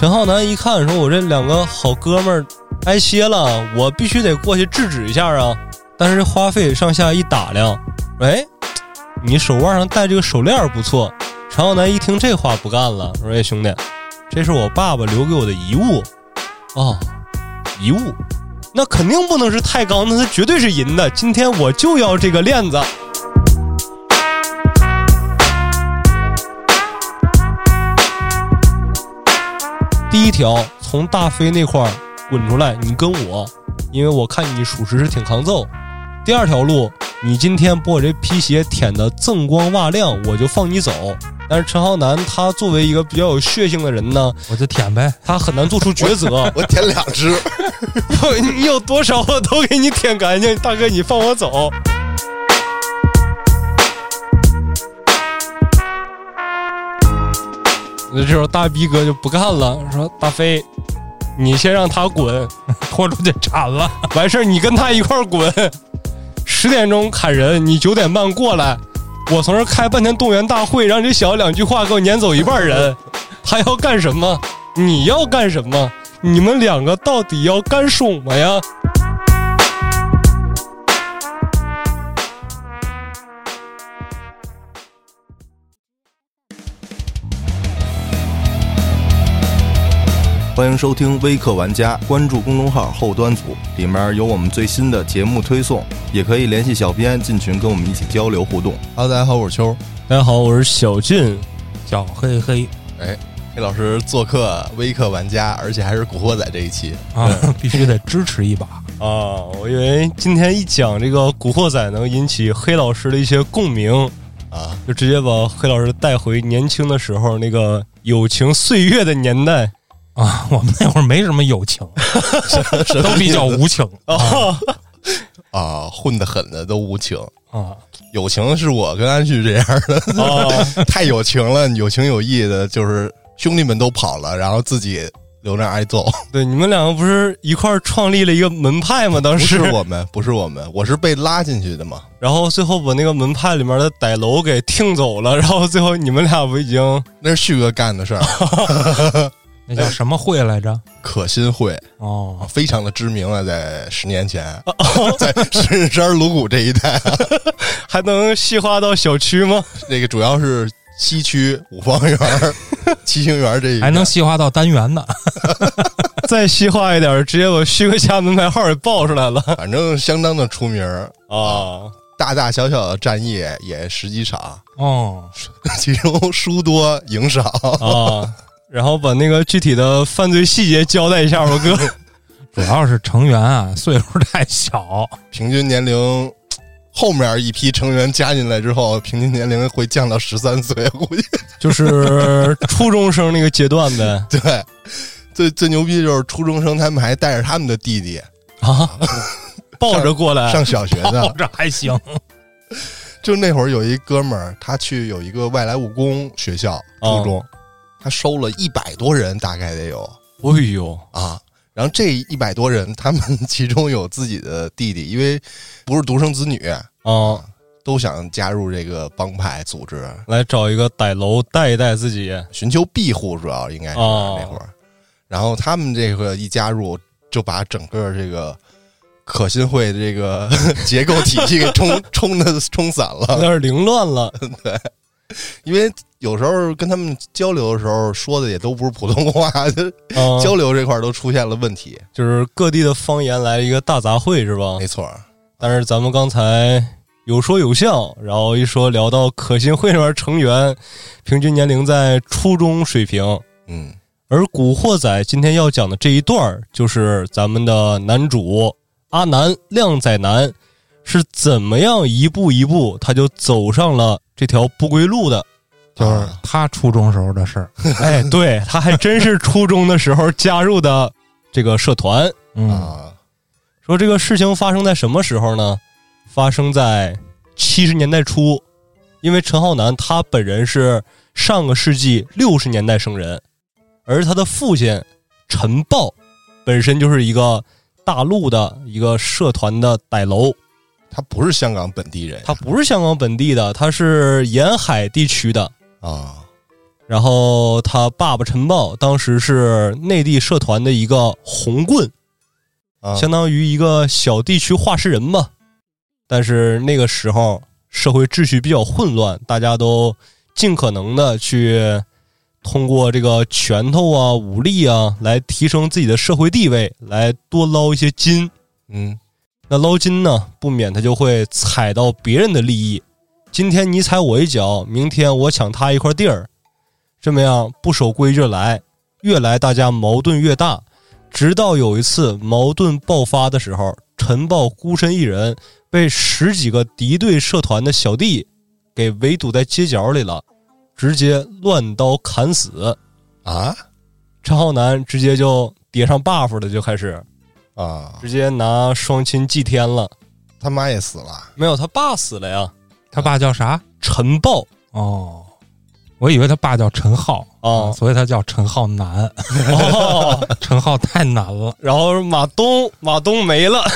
陈浩南一看说我这两个好哥们儿挨歇了，我必须得过去制止一下啊。但是这花费上下一打量，哎，你手腕上戴这个手链不错。陈浩南一听这话不干了，说哎兄弟，这是我爸爸留给我的遗物。哦，遗物那肯定不能是钛钢，那它绝对是银的，今天我就要这个链子。第一条，从大飞那块滚出来，你跟我，因为我看你属实是挺抗揍。第二条路，你今天把我这皮鞋舔得锃光瓦亮，我就放你走。但是陈浩南他作为一个比较有血性的人呢， 我就舔呗， 他很难做出抉择。 我舔2只， 你有多少我都给你舔干净，大哥你放我走。那这时候大逼哥就不干了，说大飞，你先让他滚， 拖出去铲了， 完事儿你跟他一块儿滚。10点钟砍人，你9点半过来，我从这开半天动员大会，让这小2句话给我撵走一半人。他要干什么？你要干什么？你们两个到底要干什么呀？ 欢迎收听微客玩家，关注公众号后端组，里面有我们最新的节目推送，也可以联系小编进群跟我们一起交流互动。 Hello， 大家好，我是秋。 大家好，我是小俊。 小黑黑。 哎，黑老师做客微客玩家，而且还是古惑仔这一期啊，必须得支持一把啊！我以为今天一讲这个古惑仔能引起黑老师的一些共鸣啊， 就直接把黑老师带回年轻的时候那个友情岁月的年代。 啊，我们那会儿没什么友情，都比较无情啊，混得很的都无情啊。 友情是我跟安旭这样的，太有情了，有情有义的，就是兄弟们都跑了，然后自己留那挨揍。 对，你们两个不是一块儿创立了一个门派吗？当时不是我们，我是被拉进去的嘛。 然后最后把那个门派里面的歹楼给听走了，然后最后你们俩不已经那是旭哥干的事儿。 那叫什么会来着？ 可心会哦， 非常的知名了，在10年前，在深山鲁谷这一带， 还能细化到小区吗？ 这个主要是西区五芳园、七星园这一带， 还能细化到单元呢。 再细化一点，直接把旭哥家门牌号给报出来了。 反正相当的出名啊， 大大小小的战役也10几场哦， 其中输多赢少啊。然后把那个具体的犯罪细节交代一下吧，哥。 主要是成员啊，岁数太小， 平均年龄后面一批成员加进来之后，平均年龄会降到13岁，估计就是初中生那个阶段呗。 对，最牛逼的就是初中生，他们还带着他们的弟弟啊，抱着过来上小学的， 抱着还行。 就那会儿有一哥们儿，他去有一个外来务工学校初中。他收了100多人，大概得有。 哎呦啊！然后这100多人，他们其中有自己的弟弟，因为不是独生子女啊， 都想加入这个帮派组织， 来找一个歹楼带一带自己， 寻求庇护，主要应该是那会儿。然后他们这个一加入，就把整个这个可心会的这个结构体系给冲散了， 有点凌乱了。 对。因为有时候跟他们交流的时候说的也都不是普通话，交流这块都出现了问题， 就是各地的方言来了一个大杂烩，是吧？ 没错。 但是咱们刚才有说有笑，然后一说聊到可心会里面成员平均年龄在初中水平，而古惑仔今天要讲的这一段，就是咱们的男主阿南靓仔男是怎么样一步一步他就走上了这条不归路的。 就是他初中时候的事儿。 哎，对，他还真是初中的时候加入的这个社团。说这个事情发生在什么时候呢？发生在70年代初，因为陈浩南他本人是上个世纪60年代生人，而他的父亲陈豹本身就是一个大陆的一个社团的歹楼。 他不是香港本地人， 他不是香港本地的，他是沿海地区的啊。 然后他爸爸陈豹当时是内地社团的一个红棍，相当于一个小地区话事人吧。但是那个时候社会秩序比较混乱，大家都尽可能的去通过这个拳头啊、武力啊来提升自己的社会地位，来多捞一些金。那捞金呢，不免他就会踩到别人的利益。今天你踩我一脚，明天我抢他一块地儿，这么样不守规矩来，越来大家矛盾越大。直到有一次矛盾爆发的时候，陈豹孤身一人被10几个敌对社团的小弟给围堵在街角里了，直接乱刀砍死啊！ 陈浩南直接就叠上 buff 了，就开始直接拿双亲祭天了。 他妈也死了？ 没有，他爸死了呀。 他爸叫啥？ 陈豹。 哦，我以为他爸叫陈浩所以他叫陈浩南。陈浩太难了。 然后马东没了。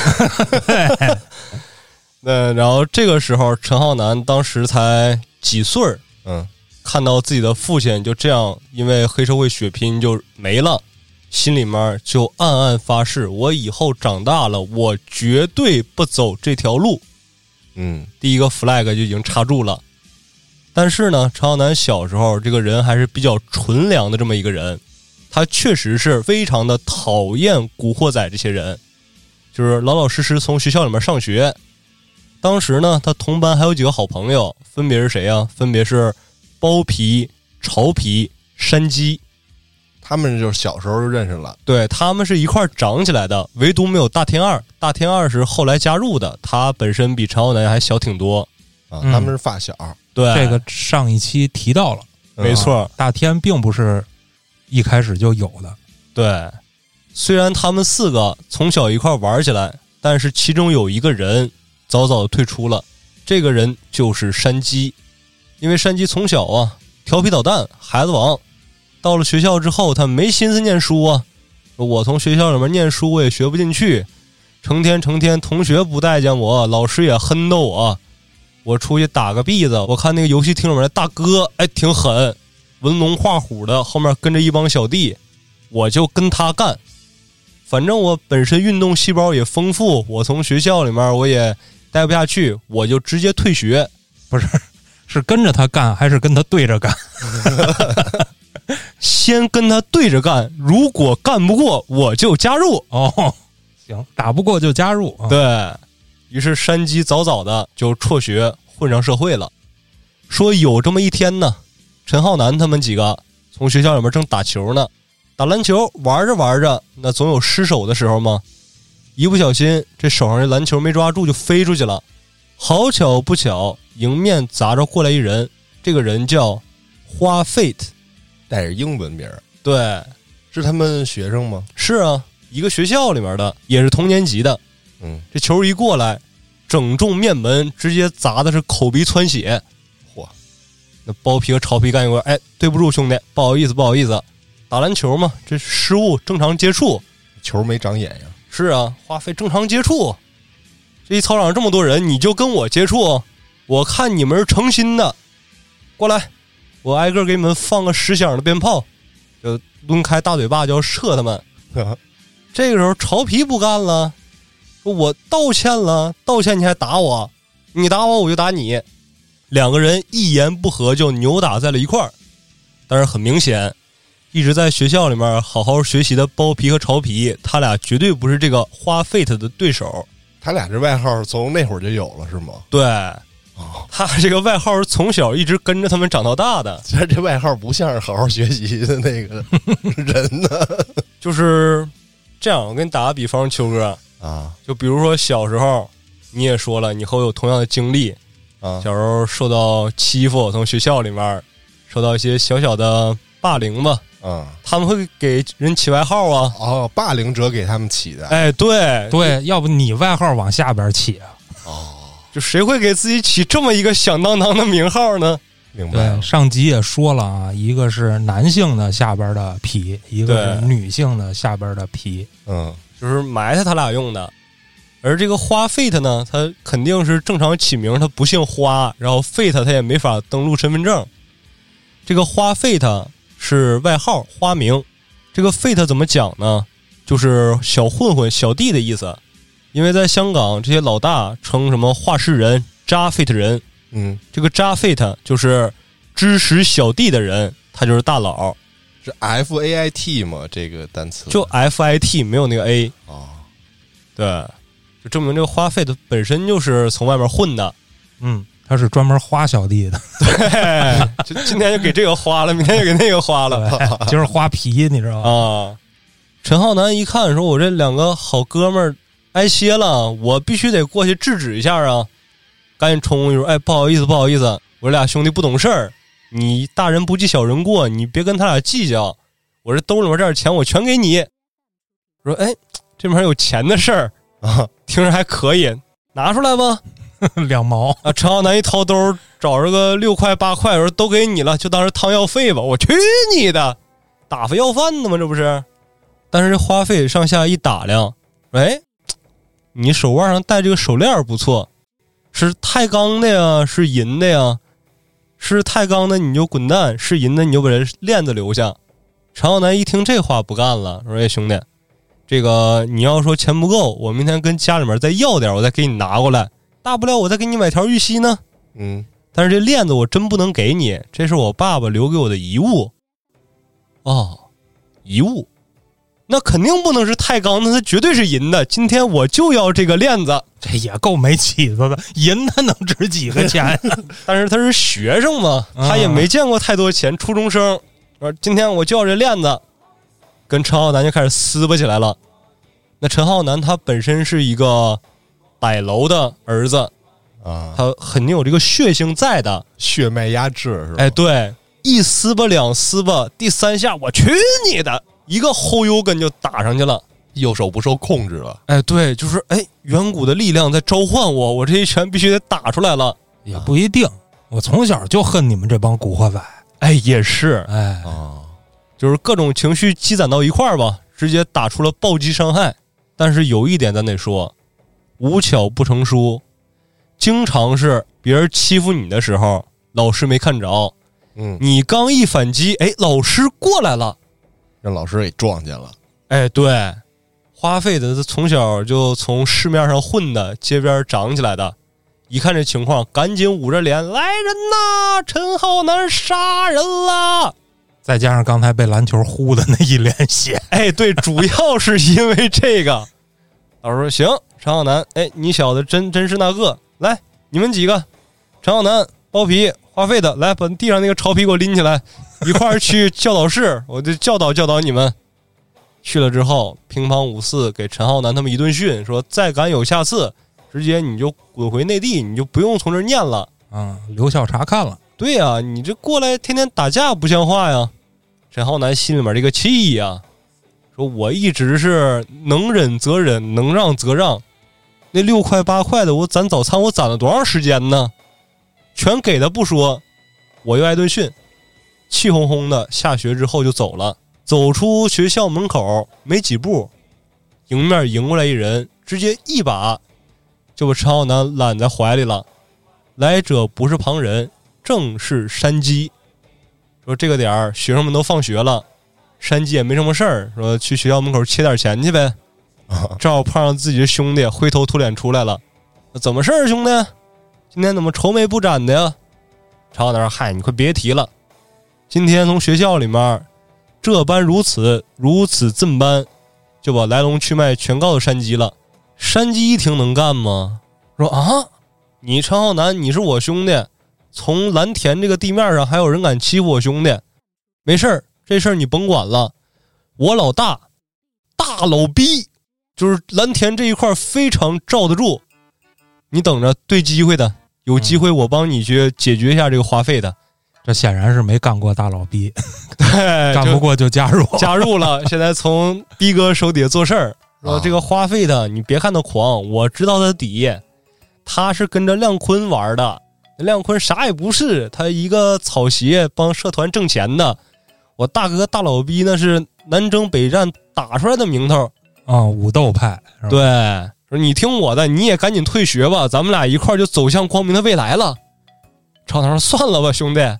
对，然后这个时候陈浩南当时才几岁看到自己的父亲就这样因为黑社会血拼就没了，心里面就暗暗发誓，我以后长大了我绝对不走这条路。第一个 flag 就已经插住了。但是呢，陈浩南小时候这个人还是比较纯良的这么一个人，他确实是非常的讨厌古惑仔这些人，就是老老实实从学校里面上学。当时呢，他同班还有几个好朋友，分别是谁啊？分别是包皮、潮皮、山鸡。 他们就是小时候就认识了。 对，他们是一块长起来的，唯独没有大天二。大天二是后来加入的，他本身比陈浩南还小挺多他们是发小。 对， 这个上一期提到了， 没错， 大天并不是一开始就有的。 对，虽然他们4个从小一块玩起来，但是其中有一个人早早的退出了，这个人就是山鸡。因为山鸡从小调皮捣蛋，孩子王，到了学校之后他没心思念书我从学校里面念书我也学不进去，成天同学不待见我，老师也哼逗我出去打个篦子，我看那个游戏厅里面的大哥挺狠，文龙画虎的，后面跟着一帮小弟，我就跟他干。反正我本身运动细胞也丰富，我从学校里面我也待不下去，我就直接退学。 不是，是跟着他干还是跟他对着干？ 先跟他对着干，如果干不过我就加入。 行，打不过就加入。 对，于是山鸡早早的就辍学混上社会了。说有这么一天呢，陈浩南他们几个从学校里面正打球呢，打篮球玩着玩着，那总有失手的时候嘛，一不小心这手上的篮球没抓住就飞出去了。好巧不巧，迎面砸着过来一人，这个人叫花 Fate， 带着英文名。 对， 是他们学生吗？ 是啊，一个学校里面的，也是同年级的。这球一过来，整中面门，直接砸的是口鼻窜血。 嚯！ 那包皮和潮皮干一块，对不住兄弟，不好意思，打篮球嘛，这失误，正常接触， 球没长眼呀。 是啊，花费正常接触。这一操场这么多人，你就跟我接触，我看你们是诚心的。过来，我挨个给你们放个10响的鞭炮，就抡开大嘴巴就要射他们。这个时候潮皮不干了，说我道歉了，道歉你还打我，你打我我就打你。2个人一言不合就扭打在了一块儿。但是很明显，一直在学校里面好好学习的包皮和潮皮，他俩绝对不是这个花 Fate 的对手。 他俩这外号从那会儿就有了是吗？ 对，他这个外号是从小一直跟着他们长到大的。 这外号不像是好好学习的那个人呢。 就是这样，我给你打个比方，秋哥就比如说小时候你也说了，你和我有同样的经历小时候受到欺负，从学校里面受到一些小小的霸凌吧。他们会给人起外号啊。 霸凌者给他们起的。 对， 要不你外号往下边起就谁会给自己起这么一个响当当的名号呢？ 明白了。 对，上集也说了一个是男性的下边的皮，一个是女性的下边的皮。 就是埋汰他俩用的。而这个花 Fate 呢，他肯定是正常起名，他不姓花，然后 Fate 他也没法登录身份证。 这个花Fate是外号花名，这个 Fate 怎么讲呢？就是小混混小弟的意思。因为在香港这些老大称什么话事人渣 Fate 人，这个渣 Fate 就是支持小弟的人，他就是大佬。 是 FAIT 吗？这个单词就 FIT 没有那个 A 哦。 对，就证明这个花Fate本身就是从外面混的。 他是专门花小弟的。 对，就今天就给这个花了，明天就给那个花了， 就是花皮，你知道吗？ 啊！陈浩南一看说：“我这两个好哥们儿挨歇了，我必须得过去制止一下啊！”赶紧冲过去说：“哎，不好意思，不好意思，我俩兄弟不懂事儿，你大人不计小人过，你别跟他俩计较。我这兜里面这点钱我全给你。”说：“哎，这边有钱的事儿啊，听着还可以，拿出来吧。 2毛啊！”陈浩南一掏兜，找着个6块8块，说：“都给你了，就当是汤药费吧。”我去你的，打发要饭的吗？这不是？但是这花费上下一打量，哎，你手腕上戴这个手链不错，是钛钢的呀，是银的呀？是钛钢的你就滚蛋，是银的你就把这链子留下。陈浩南一听这话不干了，说：“哎，兄弟，这个你要说钱不够，我明天跟家里面再要点，我再给你拿过来，大不了我再给你买条玉溪呢。但是这链子我真不能给你，这是我爸爸留给我的遗物。”哦，遗物。那肯定不能是钛钢，那它绝对是银的。今天我就要这个链子， 这也够没起子的，银的能值几个钱呀？ 但是他是学生嘛，他也没见过太多钱，初中生。今天我就要这链子，跟陈浩南就开始撕巴起来了。那陈浩南他本身是一个歹楼的儿子啊，他肯定有这个血性在的， 血脉压制是吧？ 哎，对，一撕巴两撕巴，第3下我去你的！一个后腰跟就打上去了， 右手不受控制了。 哎，对，就是远古的力量在召唤我，我这一拳必须得打出来了。 也不一定，我从小就恨你们这帮古惑仔。 哎，也是，就是各种情绪积攒到一块儿吧，直接打出了暴击伤害。但是有一点咱得说，无巧不成书，经常是别人欺负你的时候，老师没看着，你刚一反击，哎，老师过来了。 让老师给撞见了。 哎，对，花费的从小就从市面上混的，街边长起来的，一看这情况，赶紧捂着脸，来人呐！陈浩南杀人了！ 再加上刚才被篮球呼的那一脸血， 哎，对，主要是因为这个。老师说：“行，陈浩南，哎，你小子真是那个，来，你们几个，陈浩南、包皮、花费的，来把地上那个潮皮给我拎起来。”一块儿去教导室，我就教导你们。去了之后，乒乓五四给陈浩南他们一顿训，说再敢有下次，直接你就滚回内地，你就不用从这儿念了。 留校察看了。 对呀，你这过来天天打架不像话呀。陈浩南心里面这个气呀，说我一直是能忍则忍，能让则让。那6块8块的，我攒早餐我攒了多长时间呢？全给他不说，我又挨顿训。气哄哄的下学之后就走了，走出学校门口没几步，迎面迎过来一人，直接一把就把陈浩南揽在怀里了。来者不是旁人，正是山鸡。说这个点儿学生们都放学了，山鸡也没什么事儿，说去学校门口切点钱去呗。正好碰上自己的兄弟灰头土脸出来了，怎么事儿兄弟？今天怎么愁眉不展的呀？陈浩南说：“嗨，你快别提了。今天从学校里面这般如此这般，就把来龙去脉全告诉山鸡了。山鸡一听能干吗？说啊，你陈浩南你是我兄弟，从蓝田这个地面上还有人敢欺负我兄弟？没事儿，这事儿你甭管了。我老大老逼，就是蓝田这一块非常罩得住，你等着对机会的，有机会我帮你去解决一下这个花费的。” 这显然是没干过大老逼，干不过就加入了。现在从逼哥手底下做事儿，说这个花费的，你别看他狂，我知道他的底，他是跟着亮坤玩的。亮坤啥也不是，他一个草鞋帮社团挣钱的。我大哥大老逼那是南征北战打出来的名头啊，武斗派。 对，说你听我的，你也赶紧退学吧，咱们俩一块就走向光明的未来了。朝堂上算了吧，兄弟。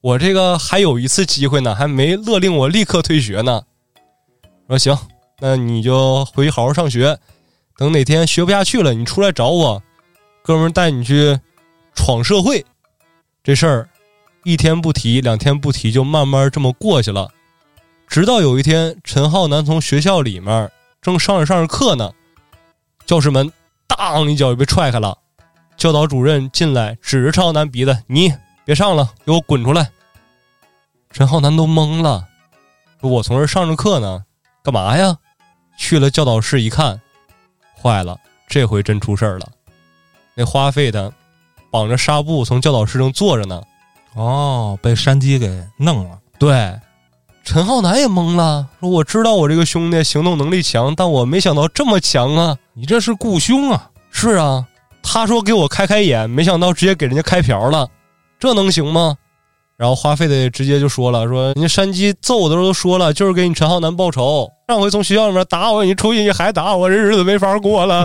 我这个还有一次机会呢，还没勒令我立刻退学呢。说行，那你就回去好好上学，等哪天学不下去了，你出来找我，哥们儿带你去闯社会。这事儿1天不提2天不提，就慢慢这么过去了。直到有一天，陈浩南从学校里面正上着课呢，教室门当一脚就被踹开了，教导主任进来指着陈浩南鼻子，你别上了，给我滚出来。陈浩南都懵了，说我从这上着课呢，干嘛呀？去了教导室一看，坏了，这回真出事儿了。那花费的绑着纱布从教导室正坐着呢。 哦，被山鸡给弄了。 对，陈浩南也懵了，说我知道我这个兄弟行动能力强，但我没想到这么强啊。 你这是雇凶啊。 是啊，他说给我开眼，没想到直接给人家开瓢了，这能行吗？然后花费的直接就说了，说人家山鸡揍我的时候都说了，就是给你陈浩南报仇，上回从学校里面打我，你出去你还打我，这日子没法过了。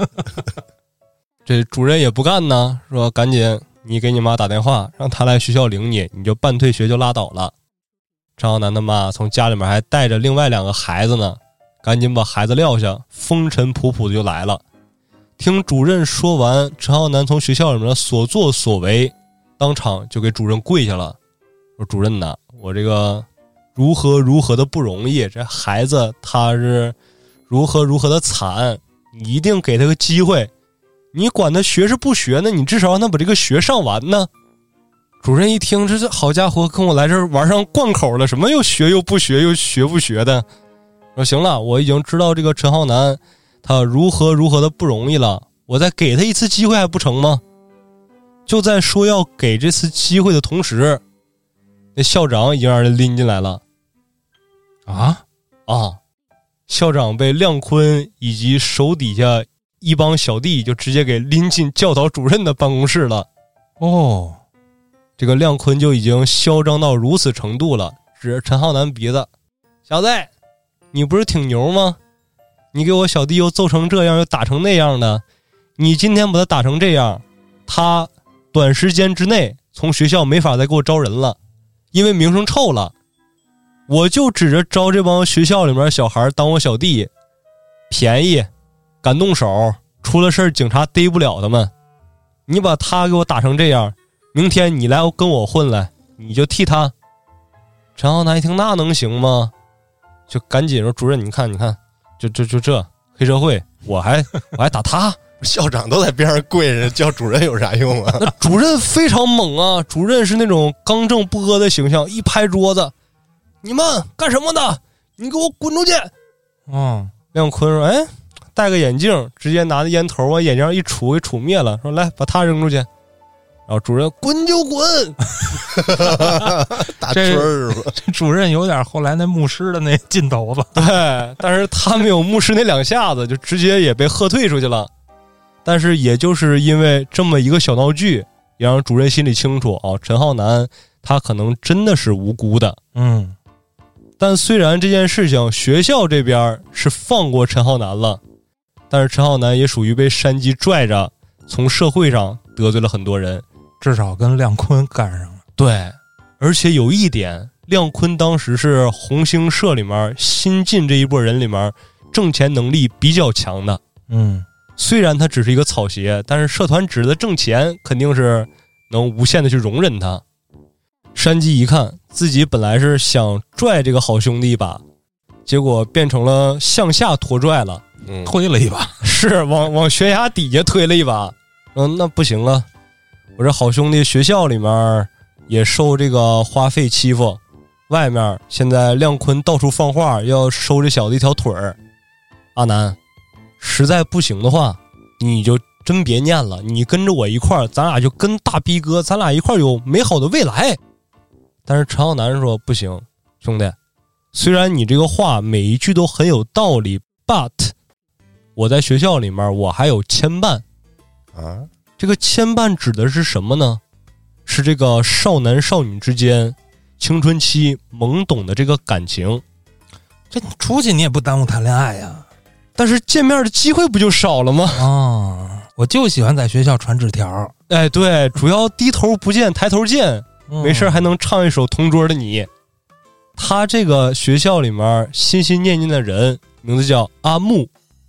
这主任也不干呢，说赶紧你给你妈打电话，让她来学校领你，你就办退学就拉倒了。陈浩南的妈从家里面还带着另外2个孩子呢，赶紧把孩子撂下，风尘仆仆的就来了。听主任说完陈浩南从学校里面的所作所为，当场就给主任跪下了，说主任呐，我这个如何的不容易，这孩子他是如何的惨，你一定给他个机会，你管他学是不学呢，你至少让他把这个学上完呢。主任一听，这好家伙，跟我来这儿玩上贯口了，什么又学又不学又学不学的。说行了，我已经知道这个陈浩南他如何的不容易了，我再给他一次机会还不成吗？就在说要给这次机会的同时，那校长已经让人拎进来了。校长被亮坤以及手底下一帮小弟就直接给拎进教导主任的办公室了。 哦， 这个亮坤就已经嚣张到如此程度了，指着陈浩南鼻子，小子，你不是挺牛吗？你给我小弟又揍成这样又打成那样的，你今天把他打成这样，他短时间之内从学校没法再给我招人了，因为名声臭了。我就指着招这帮学校里面小孩当我小弟，便宜，敢动手，出了事警察逮不了他们。你把他给我打成这样，明天你来跟我混来，你就替他。陈浩南一听，那能行吗？就赶紧说，主任你看就这黑社会，我还打他。 校长都在边上跪着，叫主任有啥用啊？ 那主任非常猛啊，主任是那种刚正不阿的形象，一拍桌子，你们干什么的？你给我滚出去！亮坤说，哎，戴个眼镜，直接拿着烟头往眼镜上一杵，给杵灭了，说来把他扔出去。然后主任滚就滚， 大锤儿。 这主任有点后来那牧师的那劲头子。 对，但是他没有牧师那2下子，就直接也被喝退出去了。但是也就是因为这么一个小闹剧，也让主任心里清楚啊，陈浩南他可能真的是无辜的。但虽然这件事情学校这边是放过陈浩南了，但是陈浩南也属于被山鸡拽着从社会上得罪了很多人， 至少跟亮坤干上了。 对，而且有一点，亮坤当时是红星社里面新进这一波人里面挣钱能力比较强的。虽然他只是一个草鞋，但是社团指的挣钱肯定是能无限的去容忍他。山鸡一看自己本来是想拽这个好兄弟一把，结果变成了向下拖拽了， 推了一把， 是往悬崖底下推了一把。那不行啊，我这好兄弟学校里面也受这个花费欺负，外面现在亮坤到处放话要收这小子一条腿儿。阿南，实在不行的话，你就真别念了，你跟着我一块儿，咱俩就跟大逼哥，咱俩一块儿有美好的未来。但是陈浩南说不行，兄弟，虽然你这个话每一句都很有道理 ，but 我在学校里面我还有牵绊啊。 这个牵绊指的是什么呢？是这个少男少女之间青春期懵懂的这个感情。 这你出去你也不耽误谈恋爱呀， 但是见面的机会不就少了吗？ 我就喜欢在学校传纸条。 哎，对，主要低头不见抬头见。 没事还能唱一首《同桌的你》。他这个学校里面心心念念的人名字叫阿木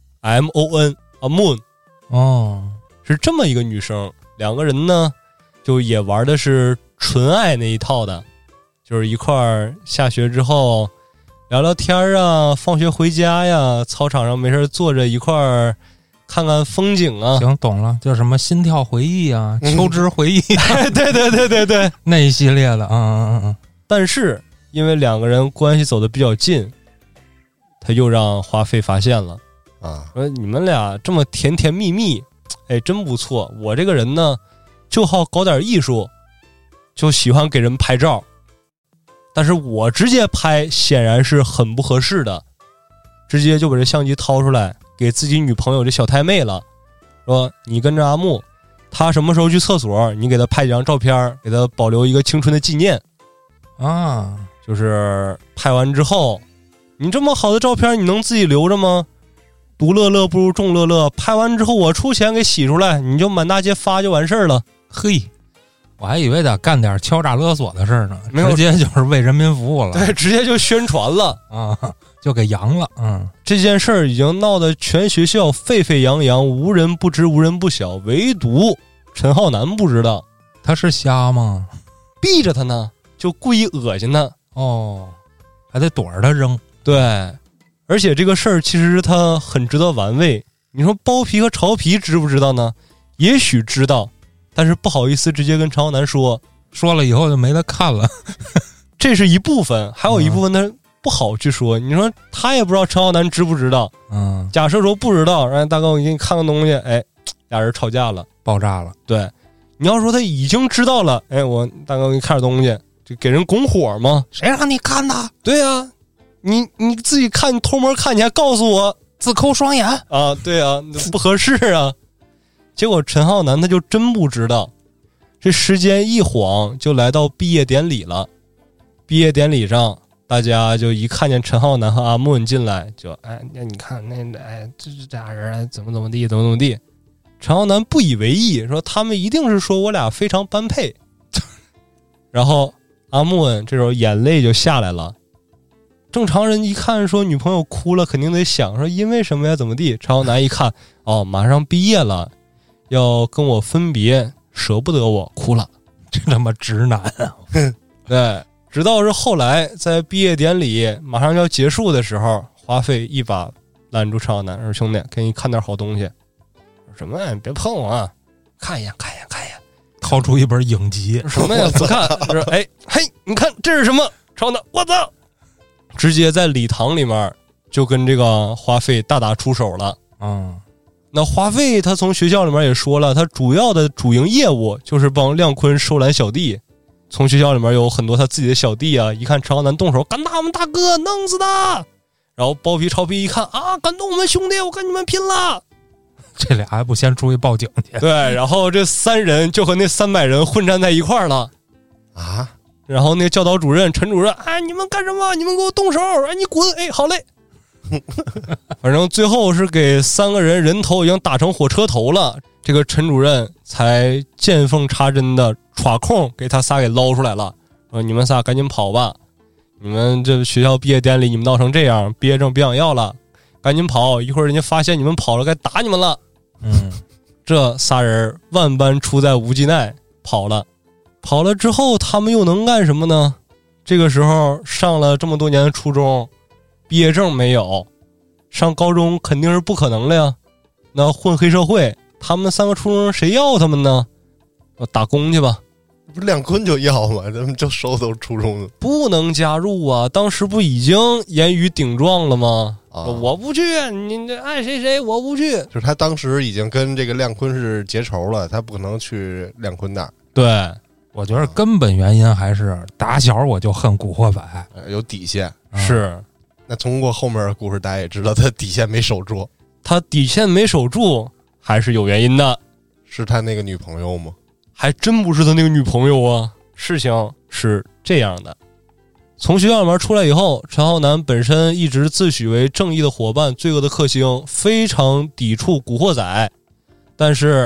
，MON， 阿木，是这么一个女生。两个人呢，就也玩的是纯爱那一套的，就是一块儿下学之后聊聊天啊，放学回家呀，操场上没事坐着一块儿看看风景啊。 行，懂了，叫什么心跳回忆啊，秋之回忆， 对， 那一系列的， 但是因为两个人关系走得比较近，他又让花费发现了啊，说你们俩这么甜甜蜜蜜，哎，真不错。我这个人呢，就好搞点艺术，就喜欢给人拍照，但是我直接拍显然是很不合适的，直接就把这相机掏出来给自己女朋友这小太妹了，说你跟着阿木，他什么时候去厕所，你给他拍几张照片，给他保留一个青春的纪念啊。就是拍完之后，你这么好的照片你能自己留着吗？独乐乐不如众乐乐，拍完之后我出钱给洗出来，你就满大街发就完事儿了。 嘿，我还以为得干点敲诈勒索的事儿呢，直接就是为人民服务了。 对，直接就宣传了啊，就给扬了。 这件事儿已经闹得全学校沸沸扬扬，无人不知，无人不晓，唯独陈浩南不知道。 他是瞎吗？ 避着他呢，就故意恶心他。 还得躲着他扔。 对，而且这个事儿其实他很值得玩味。你说包皮和潮皮知不知道呢？也许知道，但是不好意思直接跟陈浩南说了以后就没得看了。 这是一部分，还有一部分他不好去说。你说他也不知道陈浩南知不知道。假设说不知道，让大哥我给你看个东西，哎，俩人吵架了， 爆炸了。 对，你要说他已经知道了，哎，我大哥我给你看点东西，就给人拱火吗？ 谁让你看的？ 对啊，你自己看，你偷摸看，你还告诉我， 自抠双眼啊？对啊，不合适啊。结果陈浩南他就真不知道，这时间一晃就来到毕业典礼了。毕业典礼上，大家就一看见陈浩南和阿木进来，就那你看这俩人怎么地。陈浩南不以为意，说他们一定是说我俩非常般配。然后阿木这时候眼泪就下来了。正常人一看说女朋友哭了，肯定得想说因为什么呀，怎么地。陈浩南一看，马上毕业了，要跟我分别，舍不得我，哭了。 这他妈直男啊！ 对，直到是后来在毕业典礼马上要结束的时候，花费一把拦住陈浩南，说兄弟，给你看点好东西。什么呀？别碰我啊！看一眼。 掏出一本影集， 什么呀？不看。说嘿，你看这是什么？陈浩南，我操！直接在礼堂里面就跟这个花费大打出手了。那花费他从学校里面也说了，他主要的主营业务就是帮亮坤收揽小弟。从学校里面有很多他自己的小弟啊，一看陈浩南动手，敢打我们大哥，弄死他。然后包皮潮皮一看啊，敢动我们兄弟，我跟你们拼了。 这俩还不先出去报警去？ 对，然后这三人就和那300人混战在一块儿了啊。然后那教导主任陈主任，你们干什么？你们给我动手！你滚！好嘞。反正最后是给3个人人头已经打成火车头了，这个陈主任才见缝插针的耍空给他仨给捞出来了，说你们仨赶紧跑吧，你们这学校毕业典礼你们闹成这样，毕业证别想要了，赶紧跑，一会儿人家发现你们跑了该打你们了。这仨人万般出在无计奈，跑了之后他们又能干什么呢？这个时候上了这么多年的初中，毕业证没有，上高中肯定是不可能了呀。那混黑社会，他们3个初中生谁要他们呢？打工去吧。 不是亮坤就要吗？咱们就收都初中的， 不能加入啊！当时不已经言语顶撞了吗？我不去，你这爱谁谁，我不去。 就是他当时已经跟这个亮坤是结仇了，他不可能去亮坤那儿。 对， 我觉得根本原因还是打小我就恨古惑仔， 有底线。 是， 那通过后面的故事，大家也知道他底线没守住。 他底线没守住，还是有原因的。 是他那个女朋友吗？ 还真不是他那个女朋友啊。事情是这样的，从学校里面出来以后，陈浩南本身一直自诩为正义的伙伴，罪恶的克星，非常抵触古惑仔。但是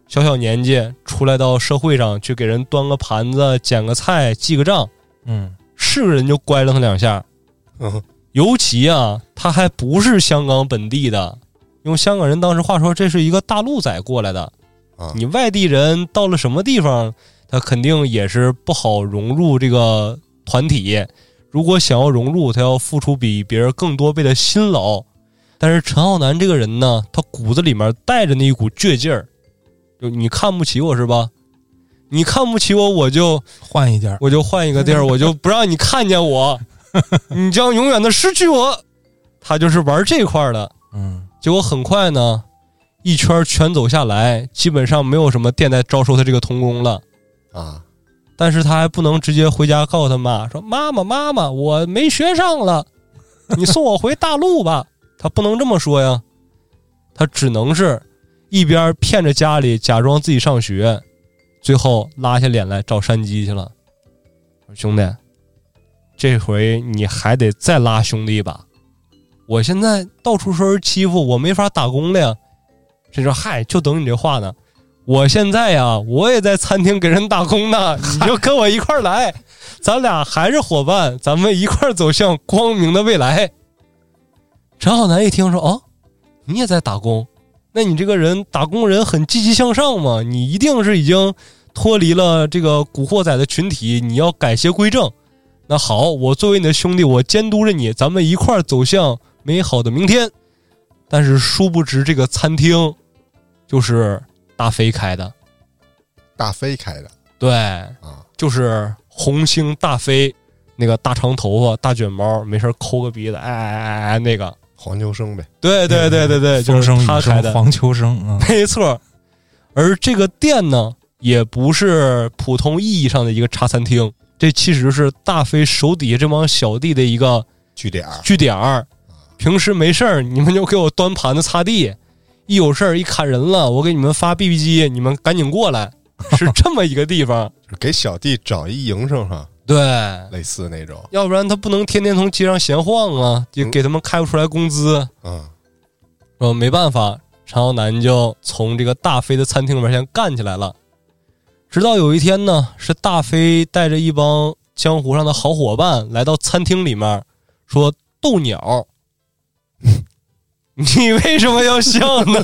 小小年纪出来到社会上去给人端个盘子捡个菜记个账，是个人就乖了他2下。尤其啊他还不是香港本地的，用香港人当时话说，这是一个大陆仔过来的。你外地人到了什么地方，他肯定也是不好融入这个团体，如果想要融入，他要付出比别人更多倍的辛劳。但是陈浩南这个人呢，他骨子里面带着那一股倔劲儿，就你看不起我是吧？你看不起我，我就换一家， 我就换一个地儿，我就不让你看见我，你将永远的失去我。他就是玩这块的。结果很快呢，一圈全走下来，基本上没有什么店在招收他这个童工了啊。 但是他还不能直接回家告诉他妈说，妈妈，我没学上了，你送我回大陆吧。他不能这么说呀，他只能是一边骗着家里假装自己上学，最后拉下脸来找山鸡去了。兄弟，这回你还得再拉兄弟一把，我现在到处受人欺负，我没法打工了呀。这说嗨，就等你这话呢，我现在呀我也在餐厅给人打工呢，你就跟我一块来，咱俩还是伙伴，咱们一块走向光明的未来。陈浩南一听说，哦，你也在打工，那你这个人打工人很积极向上嘛，你一定是已经脱离了这个古惑仔的群体，你要改邪归正。那好，我作为你的兄弟，我监督着你，咱们一块走向美好的明天。但是殊不知这个餐厅就是大飞开的。 大飞开的？ 对啊，就是红星大飞，那个大长头发大卷毛，没事抠个鼻子，哎，那个黄秋生呗。 对，就是他开的黄秋生， 没错。而这个店呢，也不是普通意义上的一个茶餐厅，这其实是大飞手底下这帮小弟的一个据点。平时没事儿，你们就给我端盘子擦地，一有事儿一砍人了，我给你们发 BB 机，你们赶紧过来，是这么一个地方。 给小弟找一营生哈。 对， 类似那种， 要不然他不能天天从街上闲晃啊，就给他们开不出来工资。没办法，陈浩南就从这个大飞的餐厅里面先干起来了。直到有一天呢，是大飞带着一帮江湖上的好伙伴来到餐厅里面，说斗鸟。你为什么要笑呢？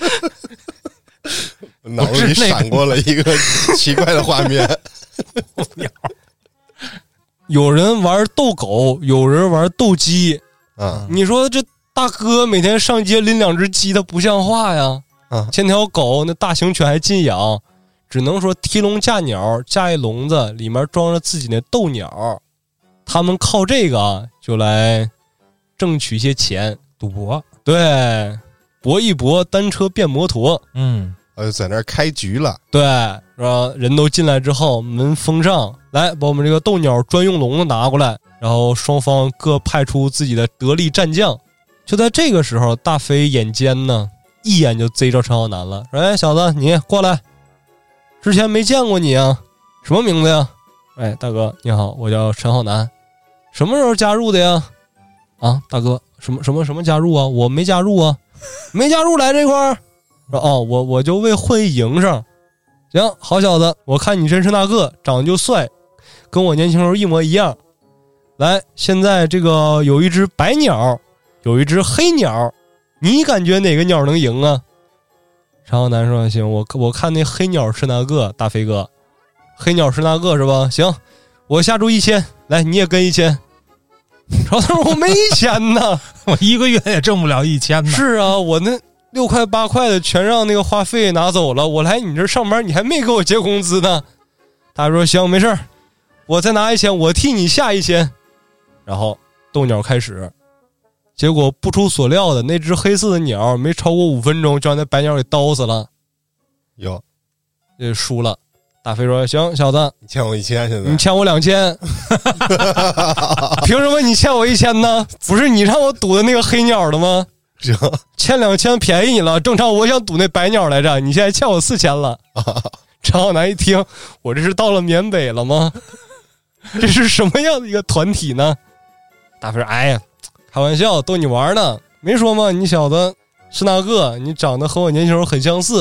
脑子里闪过了一个奇怪的画面。 斗鸟。有人玩斗狗，有人玩斗鸡。你说这大哥每天上街拎2只鸡，他不像话呀。牵条狗，那大型犬还禁养，只能说提笼架鸟，架一笼子，里面装着自己那斗鸟。他们靠这个就来挣取一些钱， 赌博。 对，搏一搏，单车变摩托。 在那儿开局了。 对，是吧？人都进来之后，门封上来，把我们这个斗鸟专用笼子拿过来，然后双方各派出自己的得力战将。就在这个时候，大飞眼尖呢，一眼就贼着陈浩南了，说：“哎，小子，你过来，之前没见过你啊，什么名字呀？”“哎，大哥你好，我叫陈浩南，什么时候加入的呀？”“啊，大哥，什么加入啊？我没加入啊，没加入来这块儿。”“哦，我就为混一营生。行，好小子，我看你真是那个，长得就帅，跟我年轻时候一模一样。来，现在这个有一只白鸟，有一只黑鸟，你感觉哪个鸟能赢啊？”陈浩南说：“行，我看那黑鸟是那个，大飞哥，黑鸟是那个是吧？行，我下注1000，来你也跟1000。”陈浩南说：“我没钱呢， 我一个月也挣不了1000呢。”“是啊，我那6块8块的全让那个话费拿走了，我来你这上班，你还没给我结工资呢。”他说：“行，没事，我再拿1000，我替你下1000。”然后斗鸟开始，结果不出所料的，那只黑色的鸟没超过5分钟就让那白鸟给刀死了。 有， 这输了。大飞说：“行，小子， 你欠我1000，现在你欠我2000，凭什么你欠我1000呢？不是你让我赌的那个黑鸟的吗？ 行， 欠2000便宜你了，正常我想赌那白鸟来着，你现在欠我4000了。”陈浩南一听，我这是到了缅北了吗？这是什么样的一个团体呢？大飞说：“哎呀，开玩笑，逗你玩呢，没说吗？你小子是那个，你长得和我年轻时候很相似，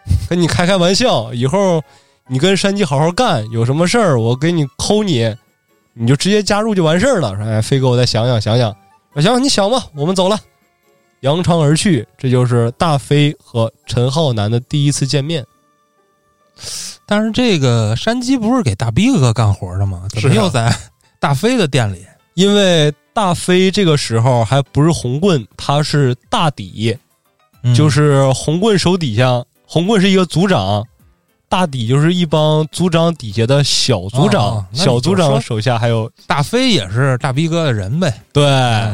跟你开开玩笑，以后你跟山鸡好好干，有什么事儿我给你抠你，你就直接加入就完事儿了。说哎，飞哥我再想想，行，你想吧，我们走了，扬长而去。这就是大飞和陈浩南的第一次见面。 但是这个山鸡不是给大逼哥干活的吗？怎么又在大飞的店里？ 因为大飞这个时候还不是红棍，他是大底，就是红棍手底下，红棍是一个组长，大底就是一帮组长底下的小组长，小组长手下还有大飞也是大逼哥的人呗。 对，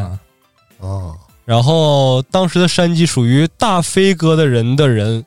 然后当时的山鸡属于大飞哥的人的人。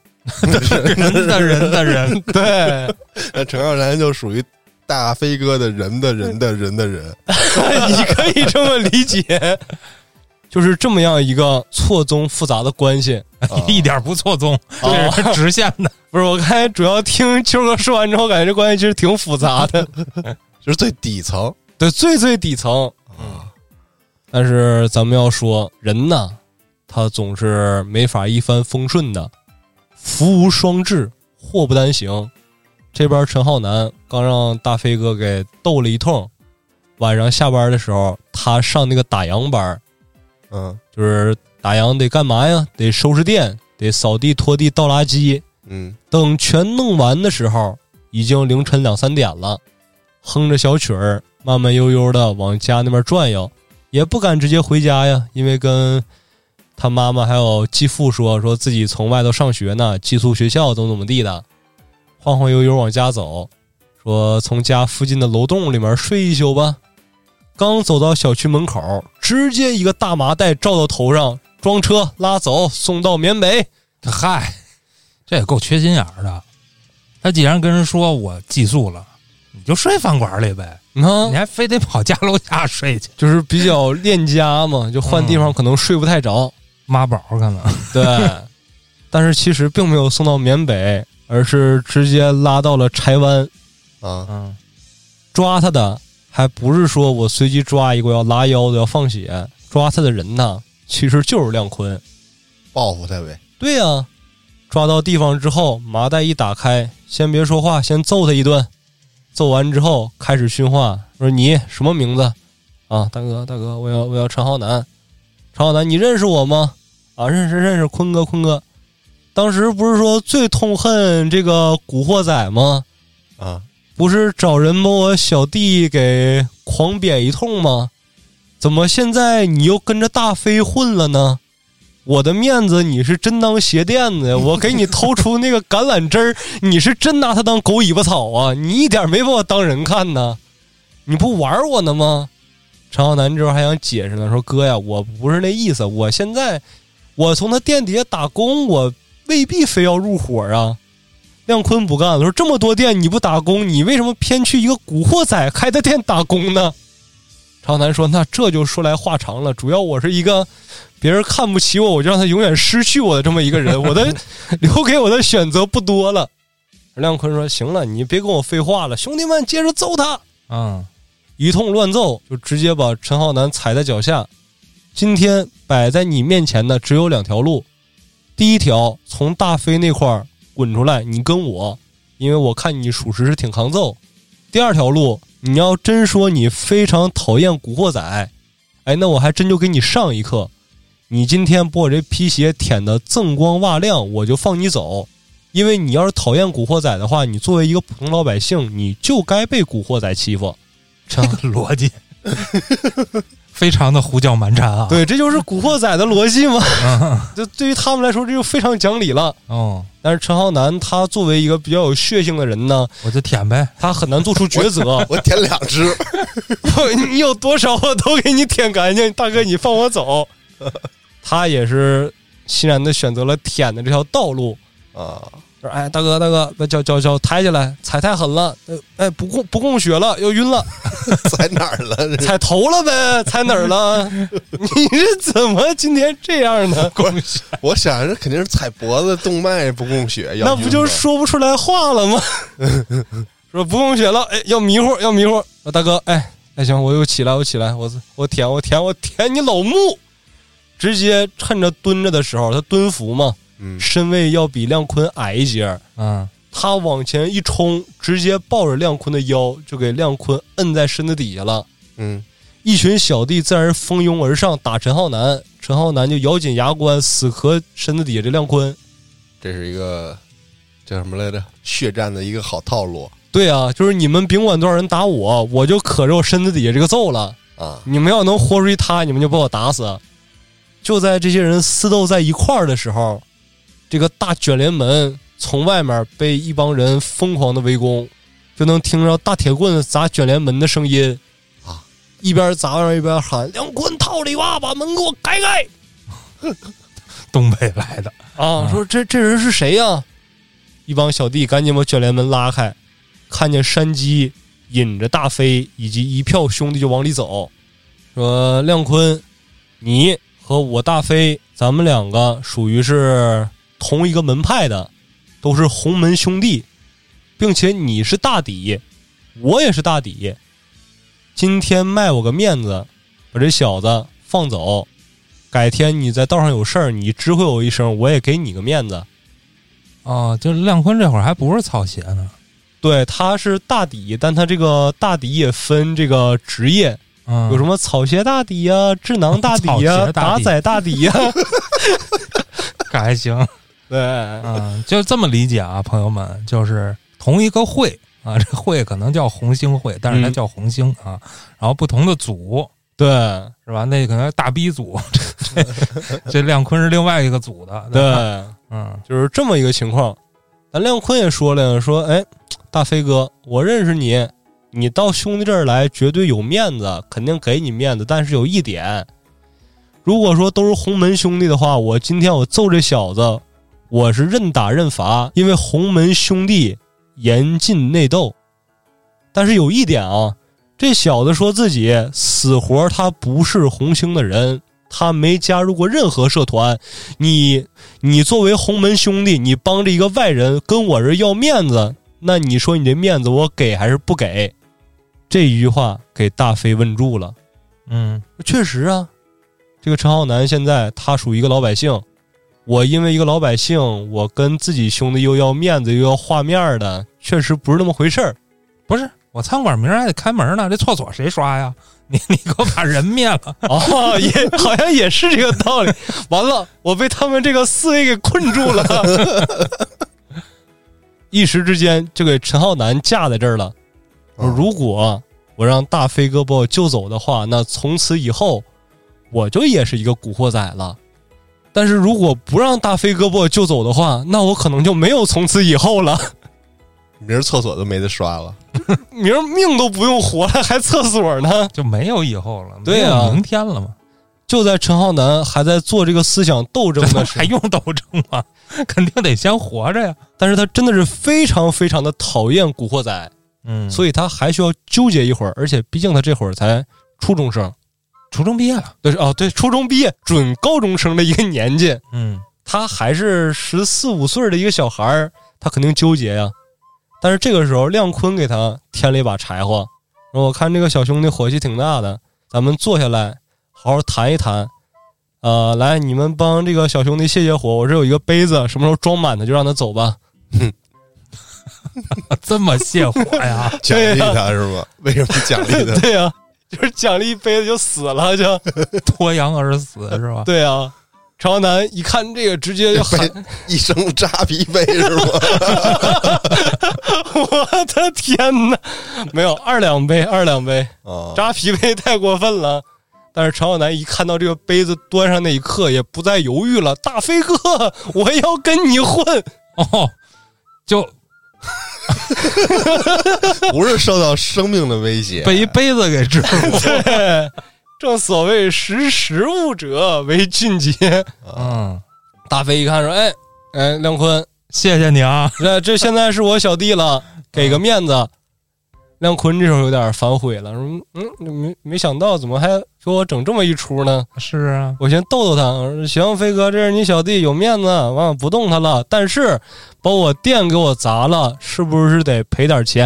人，对， 那陈浩南就属于大飞哥的人的人， 你可以这么理解，就是这么样一个错综复杂的关系， 一点不错综，这是直线的。 不是，我刚才主要听秋哥说完之后，感觉这关系其实挺复杂的， 就是最底层， 对，最底层。但是咱们要说人呢，他总是没法一帆风顺的。福无双至，祸不单行。这边陈浩南刚让大飞哥给逗了一通，晚上下班的时候，他上那个打烊班，就是打烊得干嘛呀？得收拾店，得扫地、拖地、倒垃圾。等全弄完的时候，已经凌晨2、3点了，哼着小曲儿，慢慢悠悠的往家那边转悠，也不敢直接回家呀，因为跟他妈妈还有继父说自己从外头上学呢，寄宿学校怎么地的，晃晃悠悠往家走，说从家附近的楼洞里面睡一宿吧。刚走到小区门口，直接一个大麻袋罩到头上，装车拉走，送到缅北。 嗨，这也够缺心眼儿的。他既然跟人说我寄宿了，你就睡饭馆里呗，你还非得跑家楼下睡去， 就是比较恋家嘛，就换地方可能睡不太着。 妈宝可能对，但是其实并没有送到缅北，而是直接拉到了柴湾抓他的还不是说我随机抓一个要拉腰的要放血，抓他的人呢其实就是亮坤， 报复他呗。 对呀，抓到地方之后，麻袋一打开，先别说话，先揍他一顿，揍完之后开始训话，说你什么名字啊？大哥，我要陈浩南。陈浩南，你认识我吗？啊，认识，坤哥。当时不是说最痛恨这个古惑仔吗？ 啊， 不是找人把我小弟给狂扁一通吗？怎么现在你又跟着大飞混了呢？我的面子你是真当鞋垫子，我给你偷出那个橄榄枝儿，你是真拿它当狗尾巴草啊？你一点没把我当人看呢，你不玩我呢吗？陈浩南之后还想解释呢，说哥呀，我不是那意思，我现在我从他店底下打工，我未必非要入伙啊。亮坤不干了，说这么多店你不打工，你为什么偏去一个古惑仔开的店打工呢？陈浩南说，那这就说来话长了，主要我是一个别人看不起我，我就让他永远失去我的这么一个人，我的留给我的选择不多了。亮坤说，行了，你别跟我废话了，兄弟们接着揍他。一通乱揍，就直接把陈浩南踩在脚下。今天摆在你面前的只有2条路，第一条从大飞那块滚出来，你跟我，因为我看你属实是挺抗揍。第2条路，你要真说你非常讨厌古惑仔，哎，那我还真就给你上一课。你今天把我这皮鞋舔得锃光瓦亮，我就放你走。因为你要是讨厌古惑仔的话，你作为一个普通老百姓，你就该被古惑仔欺负。 这个逻辑非常的胡搅蛮缠啊！ 对，这就是古惑仔的逻辑嘛。就对于他们来说，这就非常讲理了。但是陈浩南他作为一个比较有血性的人呢， 我就舔呗， 他很难做出抉择。 我舔2只， 你有多少我都给你舔干净，大哥你放我走。他也是欣然的选择了舔的这条道路啊。哎，大哥，把脚抬起来，踩太狠了，哎，不供血了，又晕了， 踩哪儿了？ 踩头了呗，踩哪儿了？你是怎么今天这样呢？ 我想着肯定是踩脖子动脉不供血， 那不就说不出来话了吗？说不供血了，哎，要迷糊。大哥，哎行，我又起来，我舔你老木，直接趁着蹲着的时候，他蹲伏嘛。 身位要比亮坤矮一截。他往前一冲，直接抱着亮坤的腰，就给亮坤摁在身子底下了。一群小弟自然蜂拥而上打陈浩南，陈浩南就咬紧牙关死磕身子底下这亮坤。 这是一个叫什么来着？血战的一个好套路。 对啊，就是你们甭管多少人打我，我就可着我身子底下这个揍了啊！你们要能活出一他，你们就把我打死。就在这些人厮斗在一块儿的时候，这个大卷帘门从外面被一帮人疯狂的围攻，就能听着大铁棍子砸卷帘门的声音啊！一边砸一边喊：“亮坤套里娃，把门给我开开！” 东北来的啊，说这人是谁呀？一帮小弟赶紧把卷帘门拉开，看见山鸡引着大飞以及一票兄弟就往里走，说：“亮坤，你和我大飞，咱们两个属于是同一个门派的，都是洪门兄弟，并且你是大底，我也是大底。今天卖我个面子，把这小子放走。改天你在道上有事儿，你知会我一声，我也给你个面子。” 哦，就亮坤这会儿还不是草鞋呢。 对，他是大底，但他这个大底也分这个职业，有什么草鞋大底呀、智囊大底呀、打仔大底呀， 这还行。 对， 就这么理解啊，朋友们，就是同一个会啊，这会可能叫红星会，但是它叫红星啊，然后不同的组， 对， 是吧？那可能大逼组，这亮坤是另外一个组的， 对，就是这么一个情况。咱亮坤也说了，说，哎，大飞哥，我认识你，你到兄弟这儿来绝对有面子，肯定给你面子，但是有一点，如果说都是洪门兄弟的话，我今天我揍这小子，我是认打认罚，因为洪门兄弟严禁内斗。但是有一点啊，这小子说自己死活他不是红星的人，他没加入过任何社团，你作为洪门兄弟，你帮着一个外人跟我这要面子，那你说你这面子我给还是不给？这一句话给大飞问住了。确实啊，这个陈浩南现在他属于一个老百姓，我因为一个老百姓，我跟自己兄弟又要面子又要画面的，确实不是那么回事儿。 不是，我餐馆明儿还得开门呢，这厕所谁刷呀？你给我把人灭了哦，也好像也是这个道理。完了，我被他们这个思维给困住了，一时之间就给陈浩南架在这儿了。如果我让大飞哥把我救走的话，那从此以后我就也是一个古惑仔了。但是如果不让大飞哥把我救走的话，那我可能就没有从此以后了。 明儿厕所都没得刷了， 明儿命都不用活了，还厕所呢， 就没有以后了。 对啊， 明天了嘛。 就在陈浩南还在做这个思想斗争的时候， 还用斗争吗？肯定得先活着呀。 但是他真的是非常非常的讨厌古惑仔，所以他还需要纠结一会儿，而且毕竟他这会儿才初中生， 初中毕业了。 对，初中毕业，准高中生的一个年纪，他还是14、15岁的一个小孩，他肯定纠结呀。但是这个时候，亮坤给他添了一把柴火，说：“我看这个小兄弟火气挺大的，咱们坐下来好好谈一谈。来，你们帮这个小兄弟泄泄火，我这有一个杯子，什么时候装满的就让他走吧。” 这么泄火呀？ 奖励他是吗？为什么奖励他？ 对呀，就是奖励一杯子就死了，就脱阳而死是吧？ 对呀。陈浩南一看这个，直接就喊一声扎啤杯是吗？ 我的天哪！没有2两杯，扎啤杯太过分了。但是陈浩南一看到这个杯子端上那一刻，也不再犹豫了。大飞哥，我要跟你混哦！就不是受到生命的威胁， 被一杯子给制服。 对。正所谓识物者为俊杰。大飞一看说：“哎，亮坤， 谢谢你啊！ 这现在是我小弟了，给个面子。”亮坤这时候有点反悔了，说：“没想到怎么还给我整这么一出呢？” 是啊， 我先逗逗他，我说：“行，飞哥，这是你小弟，有面子，完了不动他了。但是把我店给我砸了，是不是得赔点钱？”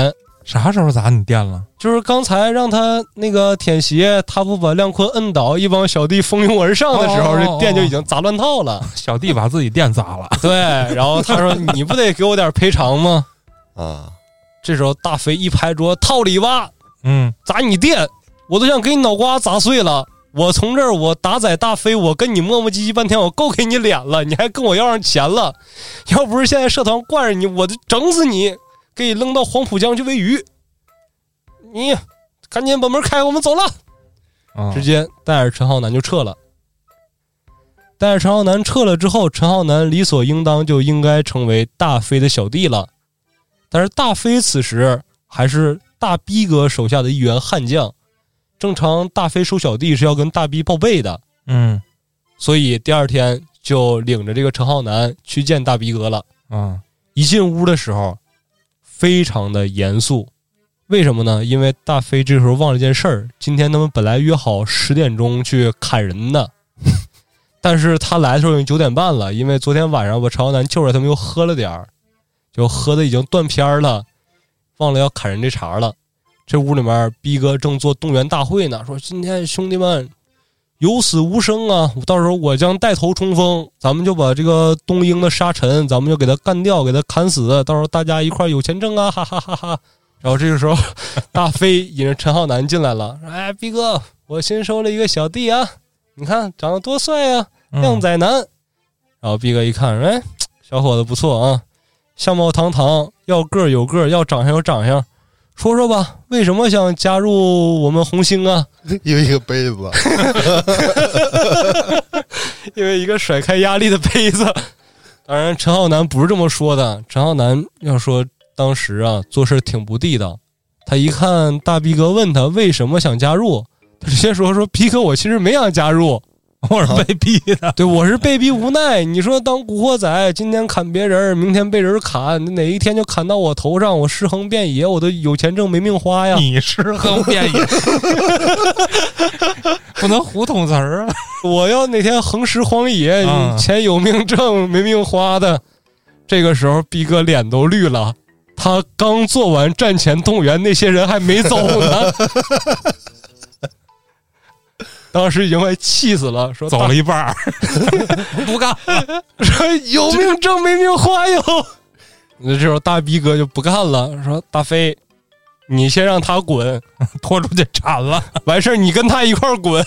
啥时候砸你店了？ 就是刚才让他那个舔鞋，他不把亮坤摁倒，一帮小弟蜂拥而上的时候，这店就已经砸乱套了。 小弟把自己店砸了。 对，然后他说：“你不得给我点赔偿吗？” 啊， 这时候大飞一拍桌：“套里吧，砸你店，我都想给你脑瓜砸碎了。我从这儿我打宰大飞，我跟你磨磨唧唧半天，我够给你脸了，你还跟我要上钱了。要不是现在社团惯着你，我就整死你。”给你扔到黄浦江去喂鱼，你赶紧把门开，我们走了。直接带着陈浩南就撤了。带着陈浩南撤了之后，陈浩南理所应当就应该成为大飞的小弟了。但是大飞此时还是大逼哥手下的一员悍将，正常大飞收小弟是要跟大逼报备的。所以第二天就领着这个陈浩南去见大逼哥了。一进屋的时候非常的严肃，为什么呢？因为大飞这时候忘了一件事儿，今天他们本来约好10点钟去砍人的，但是他来的时候已经9点半了，因为昨天晚上把陈浩南救出来，他们又喝了点儿，就喝的已经断片了，忘了要砍人这茬了。这屋里面逼哥正做动员大会呢，说今天兄弟们有死无生啊，到时候我将带头冲锋，咱们就把这个东英的沙尘咱们就给他干掉，给他砍死，到时候大家一块有钱挣啊，哈哈哈哈。然后这个时候大飞引着陈浩南进来了，说哎逼哥，我新收了一个小弟啊，你看长得多帅啊，靓仔男。然后逼哥一看，哎小伙子不错啊，相貌堂堂，要个有个，要长相有长相，说说吧，为什么想加入我们红星啊？ 因为一个杯子， 因为一个甩开压力的杯子。当然陈浩南不是这么说的，陈浩南要说当时啊做事挺不地道，他一看大逼哥问他为什么想加入，他直接说逼哥我其实没想加入， 我是被逼的。 对，我是被逼无奈。你说当古惑仔，今天砍别人，明天被人砍，哪一天就砍到我头上，我尸横遍野，我都有钱挣没命花呀。 你尸横遍野不能胡捅词儿啊。 我要哪天横尸荒野，钱有命挣没命花的。这个时候逼哥脸都绿了，他刚做完战前动员，那些人还没走呢。当时已经快气死了，说走了一半不干了， 说有命挣没命花哟。那这时候大逼哥就不干了，说大飞你先让他滚， 拖出去铲了， 完事儿你跟他一块儿滚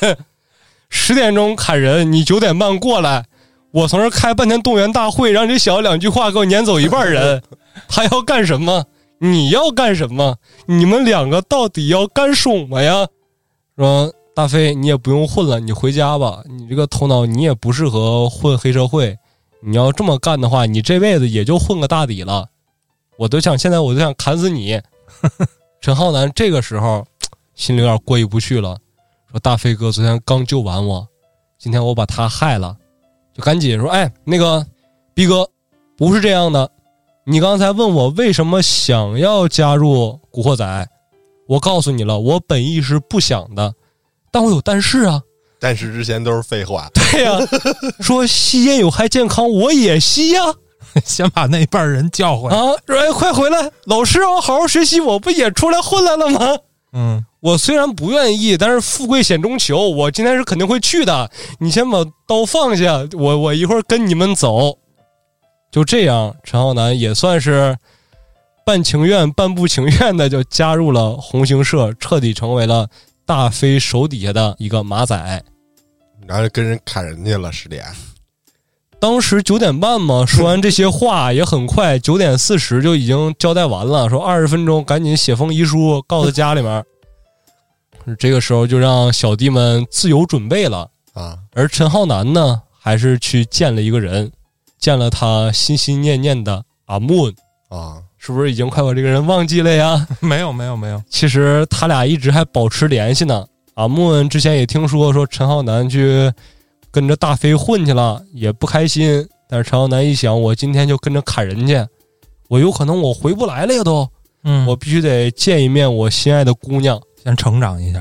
，10点钟砍人，你9点半过来，我从这开半天动员大会，让这小2句话给我撵走一半人。他要干什么？你要干什么？你们2个到底要干什么呀？说大飞你也不用混了，你回家吧，你这个头脑你也不适合混黑社会，你要这么干的话，你这辈子也就混个大底了。现在我就想砍死你。陈浩南这个时候心里有点过意不去了，说大飞哥昨天刚救完我，今天我把他害了，就赶紧说哎那个逼哥不是这样的，你刚才问我为什么想要加入古惑仔，我告诉你了，我本意是不想的，但我有但是啊。 但是之前都是废话。 对呀，说吸烟有害健康，我也吸呀。 先把那半人叫回来啊！哎，快回来，老师让我好好学习，我不也出来混来了吗？我虽然不愿意，但是富贵险中求，我今天是肯定会去的。你先把刀放下，我一会儿跟你们走。就这样，陈浩南也算是半情愿半不情愿的就加入了红星社，彻底成为了大飞手底下的一个马仔。 然后就跟人砍人去了10点。 当时9点半嘛，说完这些话也很快，9点40就已经交代完了，说20分钟赶紧写封遗书告诉家里面。这个时候就让小弟们自由准备了啊。而陈浩南呢，还是去见了一个人，见了他心心念念的阿木啊。是不是已经快把这个人忘记了呀？ 没有， 其实他俩一直还保持联系呢。阿木之前也听说陈浩南去跟着大飞混去了，也不开心。但是陈浩南一想，我今天就跟着砍人去，我有可能我回不来了呀都。我必须得见一面我心爱的姑娘， 先成长一下。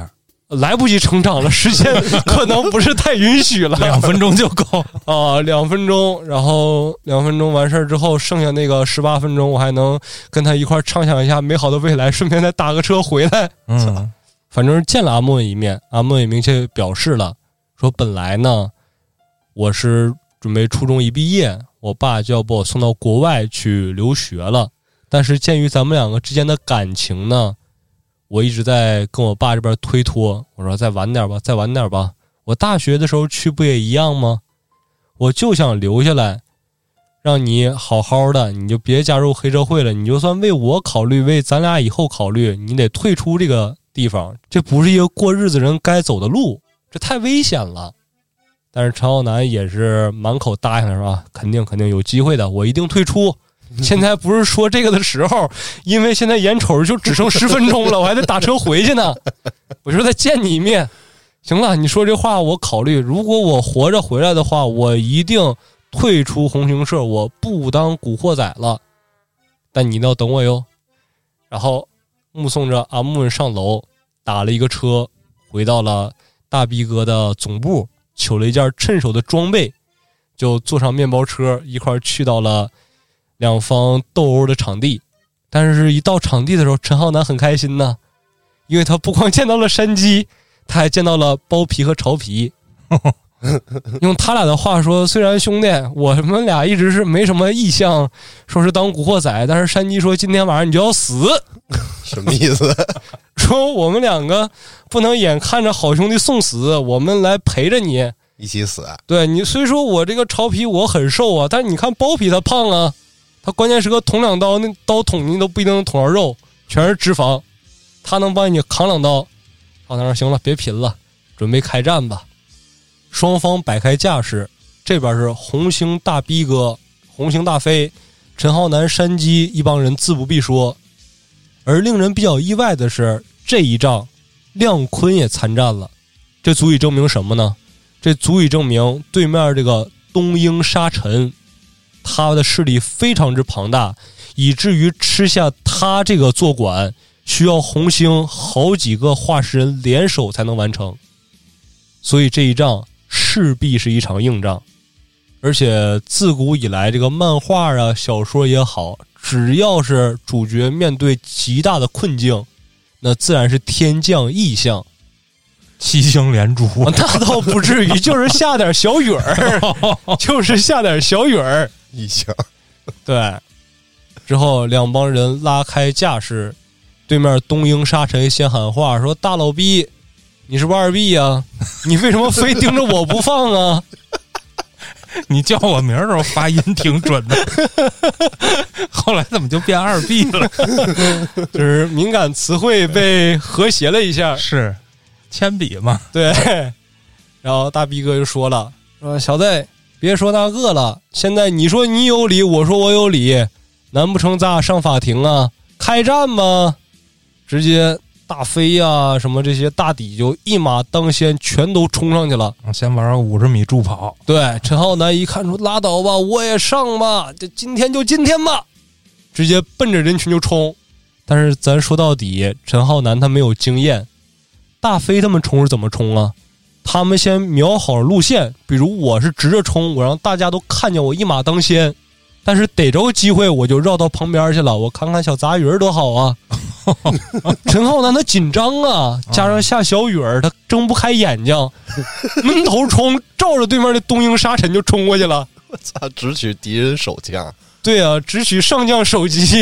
来不及成长了，时间可能不是太允许了。 2分钟就够啊，2分钟，然后2分钟完事儿之后，剩下那个18分钟，我还能跟他一块畅想一下美好的未来，顺便再打个车回来。反正见了阿莫一面，阿莫也明确表示了，说本来呢，我是准备初中一毕业，我爸就要把我送到国外去留学了。但是鉴于咱们2个之间的感情呢，我一直在跟我爸这边推脱，我说再晚点吧，再晚点吧。我大学的时候去不也一样吗？我就想留下来，让你好好的，你就别加入黑社会了。你就算为我考虑，为咱俩以后考虑，你得退出这个地方，这不是一个过日子人该走的路，这太危险了。但是陈浩南也是满口答应了，是吧？肯定有机会的，我一定退出。现在不是说这个的时候，因为现在眼瞅着就只剩10分钟了，我还得打车回去呢。我说再见你一面，行了，你说这话我考虑。如果我活着回来的话，我一定退出红星社，我不当古惑仔了。但你要等我哟。然后目送着阿木上楼，打了一个车，回到了大逼哥的总部，取了一件趁手的装备，就坐上面包车一块去到了两方斗殴的场地。但是一到场地的时候，陈浩南很开心呢，因为他不光见到了山鸡，他还见到了包皮和潮皮。用他俩的话说，虽然兄弟我们俩一直是没什么意向说是当古惑仔，但是山鸡说今天晚上你就要死。 什么意思？ 说我们两个不能眼看着好兄弟送死，我们来陪着你一起死。 对，你虽说我这个潮皮我很瘦啊，但是你看包皮他胖啊，他关键是个捅2刀，那刀捅你都不一定能捅到肉，全是脂肪，他能帮你扛2刀。好，他说行了，别贫了，准备开战吧。双方摆开架势，这边是红星大逼哥、红星大飞、陈浩南、山鸡一帮人自不必说。而令人比较意外的是，这一仗亮坤也参战了，这足以证明什么呢？这足以证明对面这个东英沙尘，他的势力非常之庞大，以至于吃下他这个坐馆需要红星好几个化石人联手才能完成。所以这一仗势必是一场硬仗。而且自古以来，这个漫画啊、小说也好，只要是主角面对极大的困境，那自然是天降异象， 七星连珠。 那倒不至于，就是下点小雨儿，就是下点小雨儿。 异象。 对，之后两帮人拉开架势，对面东英沙尘先喊话说：“大老逼，你是不是2逼呀？你为什么非盯着我不放啊？” 你叫我名儿的时候发音挺准的，后来怎么就变2逼了？ 就是敏感词汇被和谐了一下， 是铅笔嘛？ 对。然后大逼哥就说了：“说小子，别说那个了，现在你说你有理，我说我有理，难不成咱俩上法庭啊？开战吗？”直接大飞呀，什么这些大底就一马当先，全都冲上去了。 先玩50米助跑。 对，陈浩南一看说拉倒吧，我也上吧，这今天就今天吧，直接奔着人群就冲。但是咱说到底，陈浩南他没有经验，大飞他们冲是怎么冲啊？他们先瞄好路线，比如我是直着冲，我让大家都看见我一马当先，但是逮着机会我就绕到旁边去了，我看看小杂鱼多好啊。陈浩南他紧张啊，加上下小雨儿，他睁不开眼睛，闷头冲，照着对面的东英沙尘就冲过去了。 我操！直取敌人手枪。 对啊，直取上将首级。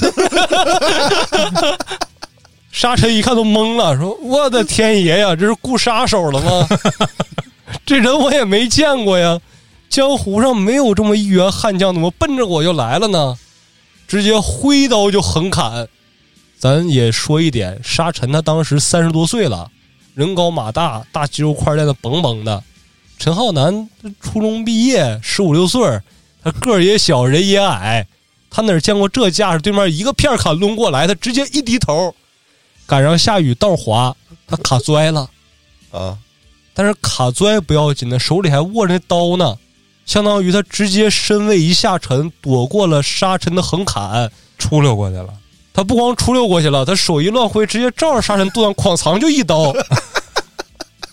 沙尘一看都懵了，说：“我的天爷呀，这是雇杀手了吗？这人我也没见过呀，江湖上没有这么一员悍将，怎么奔着我就来了呢？”直接挥刀就横砍。咱也说一点，沙尘他当时30多岁了，人高马大，大肌肉块练得绷绷的。陈浩南初中毕业，15、16岁，他个儿也小，人也矮，他哪见过这架势？对面一个片砍抡过来，他直接一低头，赶上下雨道滑，他卡摔了啊！ 但是卡摔不要紧的，手里还握着那刀呢，相当于他直接身位一下沉，躲过了沙尘的横砍， 出溜过去了。 他不光出溜过去了，他手一乱挥，直接照着沙尘肚上哐藏就一刀。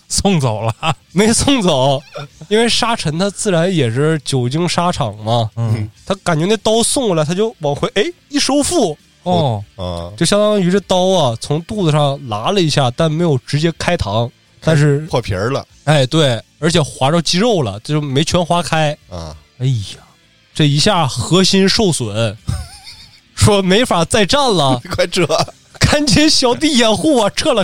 送走了， 没送走，因为沙尘它自然也是久经沙场嘛，他感觉那刀送过来，他就往回一收腹，就相当于这刀啊从肚子上拉了一下，但没有直接开膛，但是破皮儿了， 对，而且划着肌肉了，就没全划开啊， 哎呀， 这一下核心受损，说没法再战了， 快撤， 赶紧小弟掩护啊，撤了。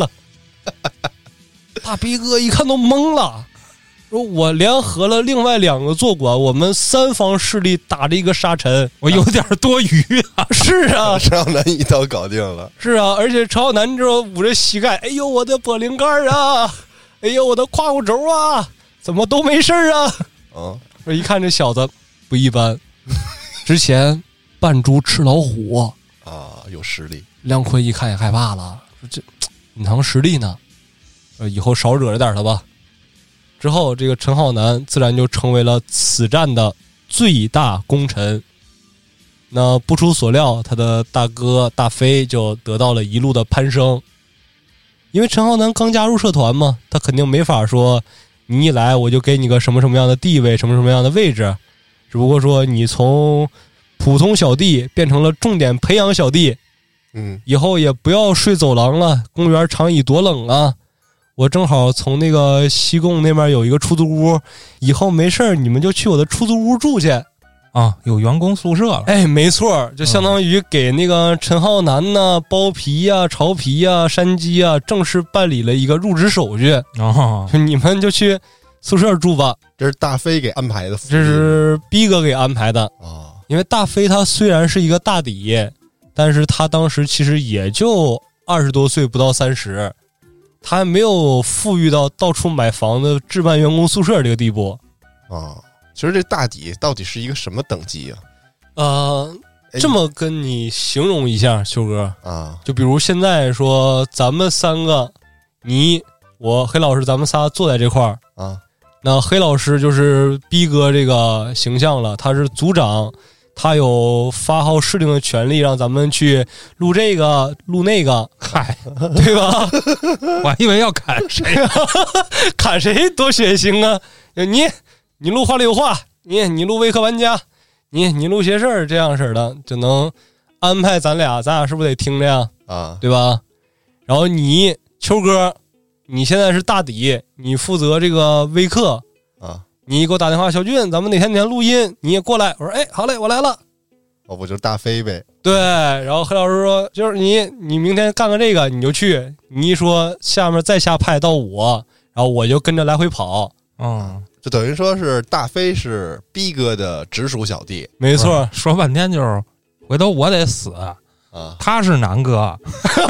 大逼哥一看都懵了，说我联合了另外2个坐馆，我们3方势力打着一个沙尘， 我有点多余啊。 是啊， 陈浩南一刀搞定了。 是啊，而且陈浩南这捂着膝盖，哎呦我的脖领盖啊，哎呦我的胯骨轴啊，怎么都没事啊？我一看这小子不一般，之前扮猪吃老虎啊，有实力。 梁坤一看也害怕了，说这隐藏实力呢，以后少惹着点他吧。之后这个陈浩南自然就成为了此战的最大功臣。那不出所料，他的大哥大飞就得到了一路的攀升。因为陈浩南刚加入社团嘛，他肯定没法说你一来我就给你个什么什么样的地位，什么什么样的位置，只不过说你从普通小弟变成了重点培养小弟，以后也不要睡走廊了，公园长椅多冷啊，我正好从那个西贡那边有一个出租屋，以后没事你们就去我的出租屋住去啊，有员工宿舍了。 没错，就相当于给那个陈浩南呢包皮啊、潮皮啊、山鸡啊正式办理了一个入职手续就你们就去宿舍住吧。 这是大飞给安排的， 这是逼哥给安排的因为大飞他虽然是一个大底，但是他当时其实也就20多岁，不到30，他还没有富裕到到处买房子置办员工宿舍这个地步其实这大底到底是一个什么等级这么跟你形容一下，修哥就比如现在说咱们3个，你我黑老师，咱们仨坐在这块儿那黑老师就是逼哥这个形象了，他是组长，他有发号施令的权利，让咱们去录这个录那个，对吧？ 我还以为要砍谁砍谁多血腥啊！你录话里有话，你录微客玩家，你录些事儿，这样式的就能安排咱俩是不是得听着呀？对吧？然后你秋哥，你现在是大底，你负责这个微客你给我打电话，小俊，咱们哪天录音，你也过来。我说好嘞，我来了。 我就是大飞呗。对， 然后黑老师说，就是你明天干个这个，你就去。你一说下面再下派到我，然后我就跟着来回跑。 就等于说是大飞是逼哥的直属小弟。 没错， 说半天就是回头我得死他是南哥。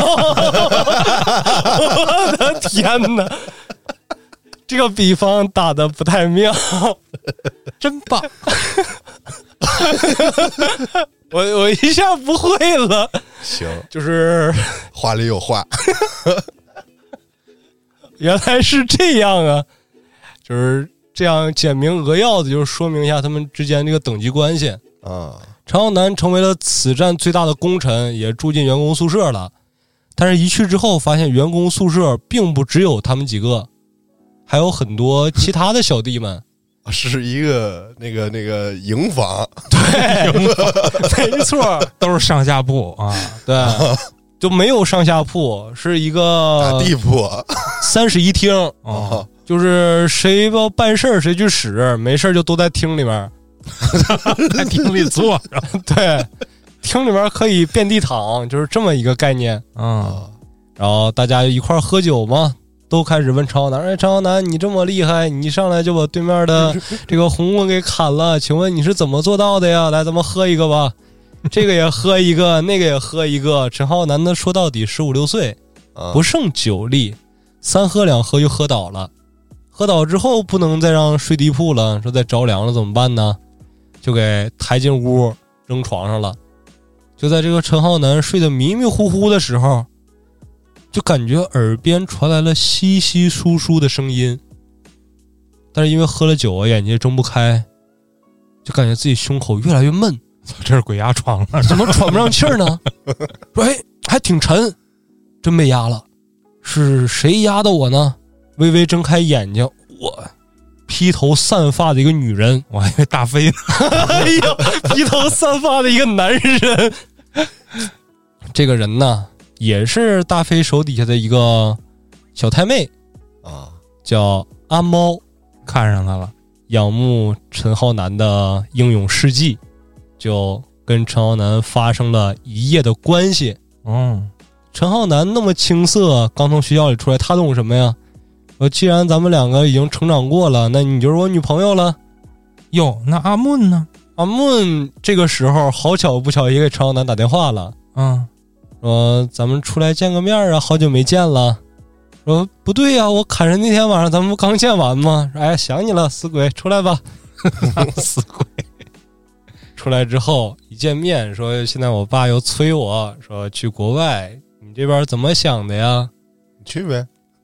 我的天哪！这个比方打得不太妙，真棒！我一下不会了。 行， 就是话里有话。 原来是这样啊，就是这样简明扼要的，就是说明一下他们之间这个等级关系陈浩南成为了此战最大的功臣，也住进员工宿舍了。但是一去之后，发现员工宿舍并不只有他们几个，还有很多其他的小弟们。 是一个那个营房， 对，没错， 都是上下铺对，就没有上下铺，是一个打地铺 31厅就是谁要办事儿谁去使，没事就都在厅里面， 在厅里坐着， 对，厅里面可以遍地躺，就是这么一个概念然后大家一块喝酒嘛。都开始问陈浩南，陈浩南，你这么厉害，你一上来就把对面的这个红棍给砍了，请问你是怎么做到的呀？来，咱们喝一个吧，这个也喝一个，那个也喝一个。陈浩南呢，说到底15、16岁，不胜酒力，3喝2喝就喝倒了。喝倒之后不能再让睡地铺了，说再着凉了怎么办呢？就给抬进屋扔床上了。就在这个陈浩南睡得迷迷糊糊的时候，就感觉耳边传来了稀稀疏疏的声音，但是因为喝了酒眼睛也睁不开，就感觉自己胸口越来越闷。 这是鬼压床了， 怎么喘不上气儿呢？说还挺沉，真被压了，是谁压的我呢？ 微微睁开眼睛，我披头散发的一个女人， 我还以为大飞呢。 哎呀，披头散发的一个男人。这个人呢，也是大飞手底下的一个小太妹啊， 叫阿猫， 看上他了， 仰慕陈浩南的英勇事迹，就跟陈浩南发生了一夜的关系。陈浩南那么青涩，刚从学校里出来，他懂什么呀？既然咱们两个已经成长过了，那你就是我女朋友了。 哟，那阿mun呢？ 阿mun这个时候好巧不巧也给陈浩南打电话了，说咱们出来见个面啊，好久没见了。说不对呀，我砍人那天晚上咱们不刚见完吗？哎，想你了，死鬼，出来吧。 死鬼。 出来之后一见面，说现在我爸又催我说去国外，你这边怎么想的呀？ 你去呗。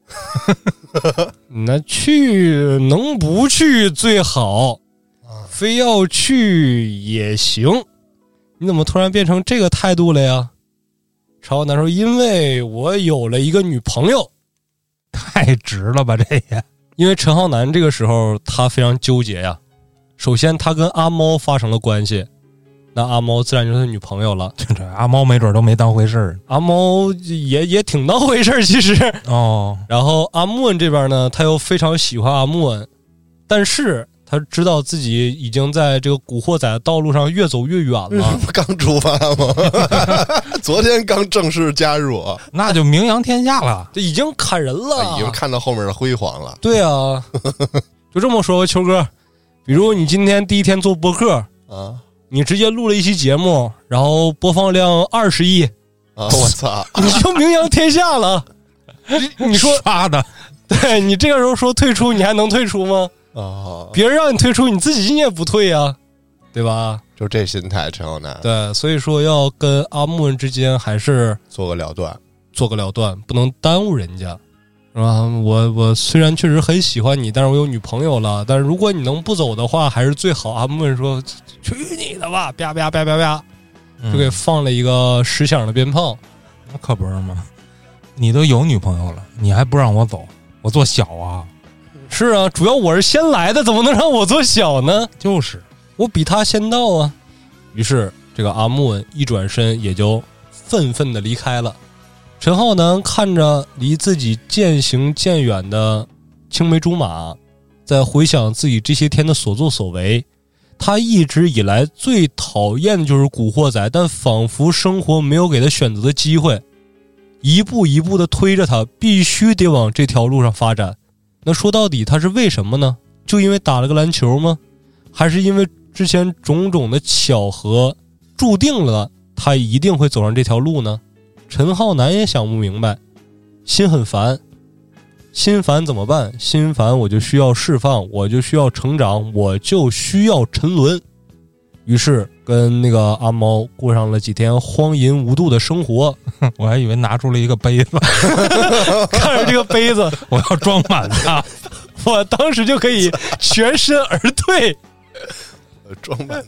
那去能不去最好，非要去也行。你怎么突然变成这个态度了呀？陈浩南说因为我有了一个女朋友。 太直了吧这也。 因为陈浩南这个时候他非常纠结呀。首先他跟阿猫发生了关系，那阿猫自然就是他女朋友了。 这阿猫没准都没当回事儿， 阿猫也挺当回事儿其实。然后阿木恩这边呢，他又非常喜欢阿木恩，但是他知道自己已经在这个古惑仔的道路上越走越远了。 刚出发吗？昨天刚正式加入， 那就名扬天下了， 这已经砍人了， 已经看到后面的辉煌了。 对啊，就这么说，秋哥，比如你今天第一天做播客啊， 你直接录了一期节目，然后播放量20亿啊！我操， 你就名扬天下了。你说杀的， 对你这个时候说退出，你还能退出吗？别人让你退出，你自己你也不退呀，对吧？ 就这心态，陈浩南。 对，所以说要跟阿木人之间还是做个了断， 不能耽误人家，是吧？我虽然确实很喜欢你，但是我有女朋友了。但是如果你能不走的话，还是最好。阿木人说：“去你的吧！”啪啪啪啪啪，就给放了一个10响的鞭炮。 那可不是吗？你都有女朋友了，你还不让我走？我做小啊。 是啊，主要我是先来的，怎么能让我做小呢？ 就是我比他先到啊。于是这个阿木恩一转身也就愤愤地离开了。陈浩南看着离自己渐行渐远的青梅竹马，在回想自己这些天的所作所为，他一直以来最讨厌的就是古惑仔，但仿佛生活没有给他选择的机会，一步一步地推着他必须得往这条路上发展。那说到底他是为什么呢？就因为打了个篮球吗？还是因为之前种种的巧合注定了他一定会走上这条路呢？陈浩南也想不明白，心很烦。心烦怎么办？心烦我就需要释放，我就需要成长，我就需要沉沦。于是跟那个阿猫过上了几天荒淫无度的生活。 我还以为拿出了一个杯子。 看着这个杯子我要装满它， 我当时就可以全身而退。 装满。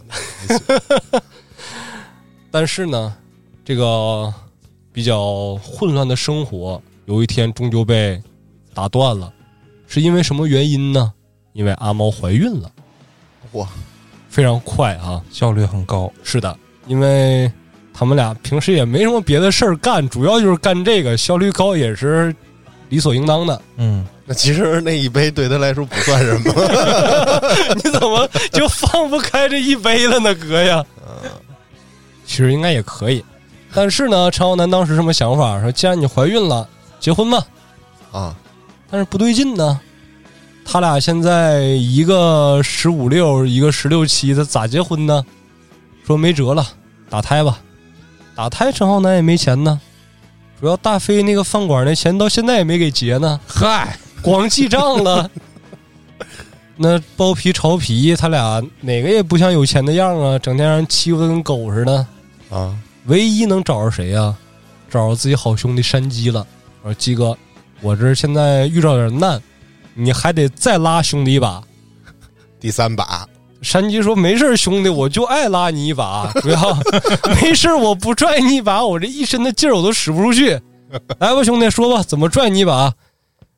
但是呢，这个比较混乱的生活有一天终究被打断了。是因为什么原因呢？因为阿猫怀孕了。 哇， 非常快啊， 效率很高。 是的，因为他们俩平时也没什么别的事儿干，主要就是干这个，效率高也是理所应当的。 那其实那一杯对他来说不算什么。 你怎么就放不开这一杯了呢，哥呀？其实应该也可以，但是呢，陈浩南当时什么想法？说既然你怀孕了，结婚吧。但是不对劲呢，他俩现在一个15、6，一个16、7，他咋结婚呢？说没辙了，打胎吧。打胎陈浩南也没钱呢，主要大飞那个饭馆那钱到现在也没给结呢。 嗨， 光记账了。那包皮炒皮，他俩哪个也不像有钱的样啊，整天让人欺负的跟狗似的啊。 唯一能找着谁啊？找着自己好兄弟山鸡了。我说鸡哥，我这现在遇到点难，你还得再拉兄弟一把。 第3把。 山鸡说没事兄弟，我就爱拉你一把，主要没事我不拽你一把，我这一身的劲儿我都使不出去。来吧兄弟，说吧，怎么拽你一把？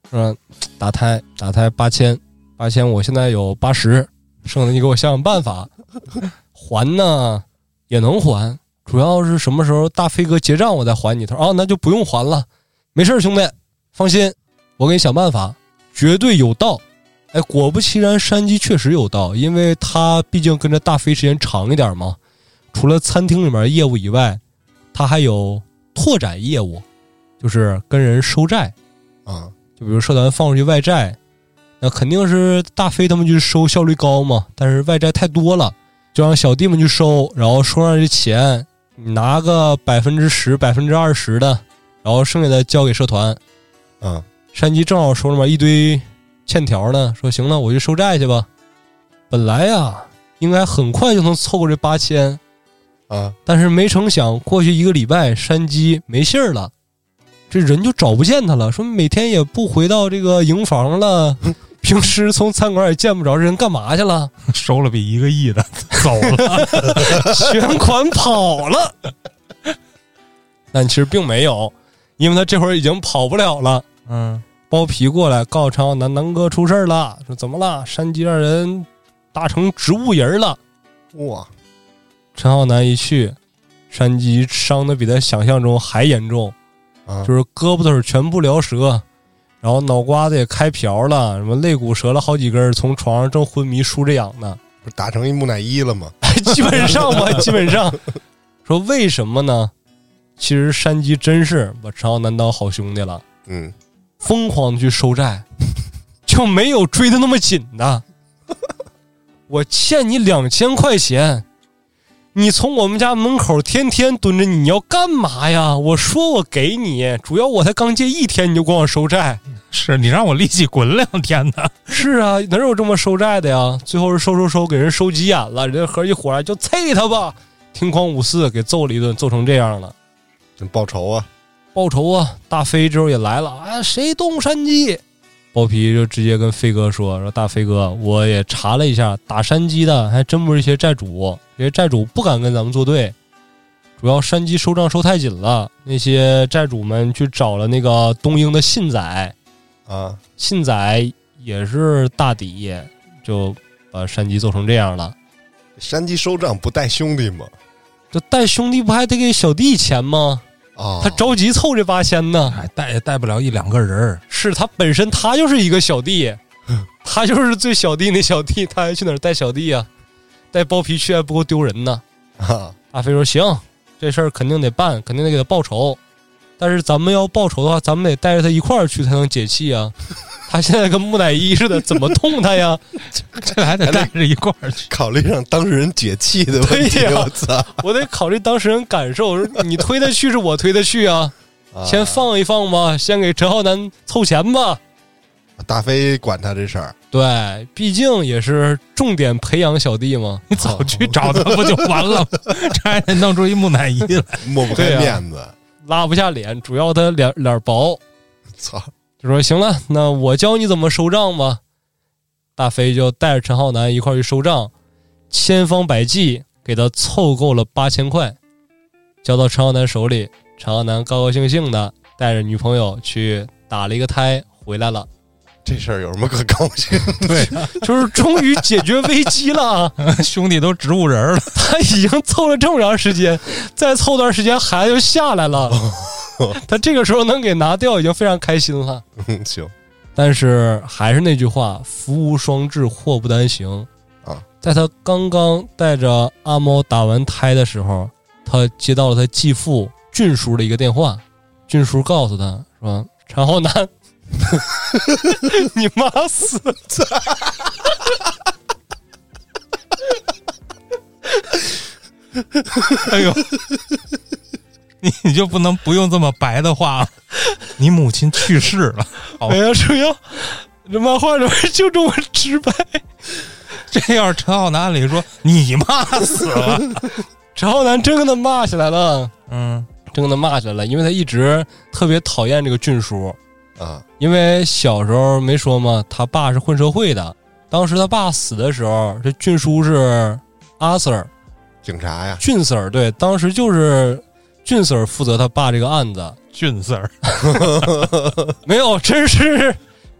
说打胎8000，我现在有80，剩的你给我想想办法。还呢也能还，主要是什么时候大飞哥结账我再还你。他说那就不用还了，没事兄弟，放心，我给你想办法，绝对有道。哎，果不其然，山鸡确实有道，因为他毕竟跟着大飞时间长一点嘛，除了餐厅里面的业务以外，他还有拓展业务，就是跟人收债啊。 就比如社团放出去外债，那肯定是大飞他们去收，效率高嘛，但是外债太多了，就让小弟们去收，然后收上这钱，你拿个10%、20%的，然后剩下的交给社团。山鸡正好手里面一堆欠条呢，说行了，我去收债去吧。本来呀应该很快就能凑够这8000 啊， 但是没成想过去1个礼拜，山鸡没信儿了，这人就找不见他了，说每天也不回到这个营房了，平时从餐馆也见不着，这人干嘛去了？ 收了比1个亿的走了， 全款跑了。但其实并没有，因为他这会儿已经跑不了了。包皮过来告诉常浩南哥出事了，说怎么了？山鸡让人打成植物人了。 哇！ 陈浩南一去，山鸡伤的比他想象中还严重，就是胳膊腿全部撩折，然后脑瓜子也开瓢了，什么肋骨折了好几根，从床上正昏迷输着氧呢。 不是打成一木乃伊了吗？ 基本上吧，基本上。说为什么呢？其实山鸡真是把陈浩南当好兄弟了，疯狂的去收债，就没有追的那么紧的。我欠你2000块钱，你从我们家门口天天蹲着，你要干嘛呀？我说我给你，主要我才刚借1天你就管我收债， 是你让我利息滚2天的。 是啊，哪有这么收债的呀？最后是收，给人收急眼了，人家合计伙来就啐他吧，听狂54给揍了一顿，揍成这样了， 报仇啊！ 大飞之后也来了啊，谁动山鸡？包皮就直接跟飞哥说大飞哥，我也查了一下，打山鸡的还真不是一些债主，这些债主不敢跟咱们作对，主要山鸡收账收太紧了，那些债主们去找了那个东英的信仔啊，信仔也是大底，就把山鸡揍成这样了。 山鸡收账不带兄弟吗？ 这带兄弟不还得给小弟钱吗？他着急凑这8000呢， 带也带不了1-2个人。 是他本身他就是一个小弟，他就是最小弟那小弟，他还去哪儿带小弟啊？带包皮去还不够丢人呢。大飞说行，这事儿肯定得办，肯定得给他报仇，但是咱们要报仇的话，咱们得带着他一块儿去才能解气啊。他现在跟木乃伊似的，怎么动他呀？ 这还得带着一块儿去， 考虑让当事人解气的问题。我操！ 我得考虑当事人感受，你推他去是我推他去啊？先放一放吧，先给陈浩南凑钱吧。 大飞管他这事儿， 对，毕竟也是重点培养小弟嘛。 你早去找他不就完了吗？这还得弄出一木乃伊来， 抹不开面子， 拉不下脸，主要他脸薄。 操！ 就说行了，那我教你怎么收账吧。大飞就带着陈浩南一块去收账，千方百计给他凑够了8000块，交到陈浩南手里。陈浩南高高兴兴的带着女朋友去打了一个胎回来了。 这事儿有什么可高兴？ 对，就是终于解决危机了。 兄弟都植物人了， 他已经凑了这么长时间，再凑段时间孩子就下来了。他这个时候能给拿掉，已经非常开心了。 行， 但是还是那句话，福无双至，祸不单行啊！ 在他刚刚带着阿猫打完胎的时候，他接到了他继父俊叔的一个电话。俊叔告诉他说：“陈浩南，你妈死了！” 哎呦！你就不能不用这么白的话？你母亲去世了。 哎呀，主要这漫画里面就这么直白。 这要是陈浩南里说你妈死了， 陈浩南真跟他骂起来了。真跟他骂起来了，因为他一直特别讨厌这个俊叔啊。因为小时候没说吗？他爸是混社会的。当时他爸死的时候，这俊叔是阿 Sir， 警察呀。 俊 Sir， 对，当时就是俊 Sir 负责他爸这个案子。 俊 Sir 没有，真是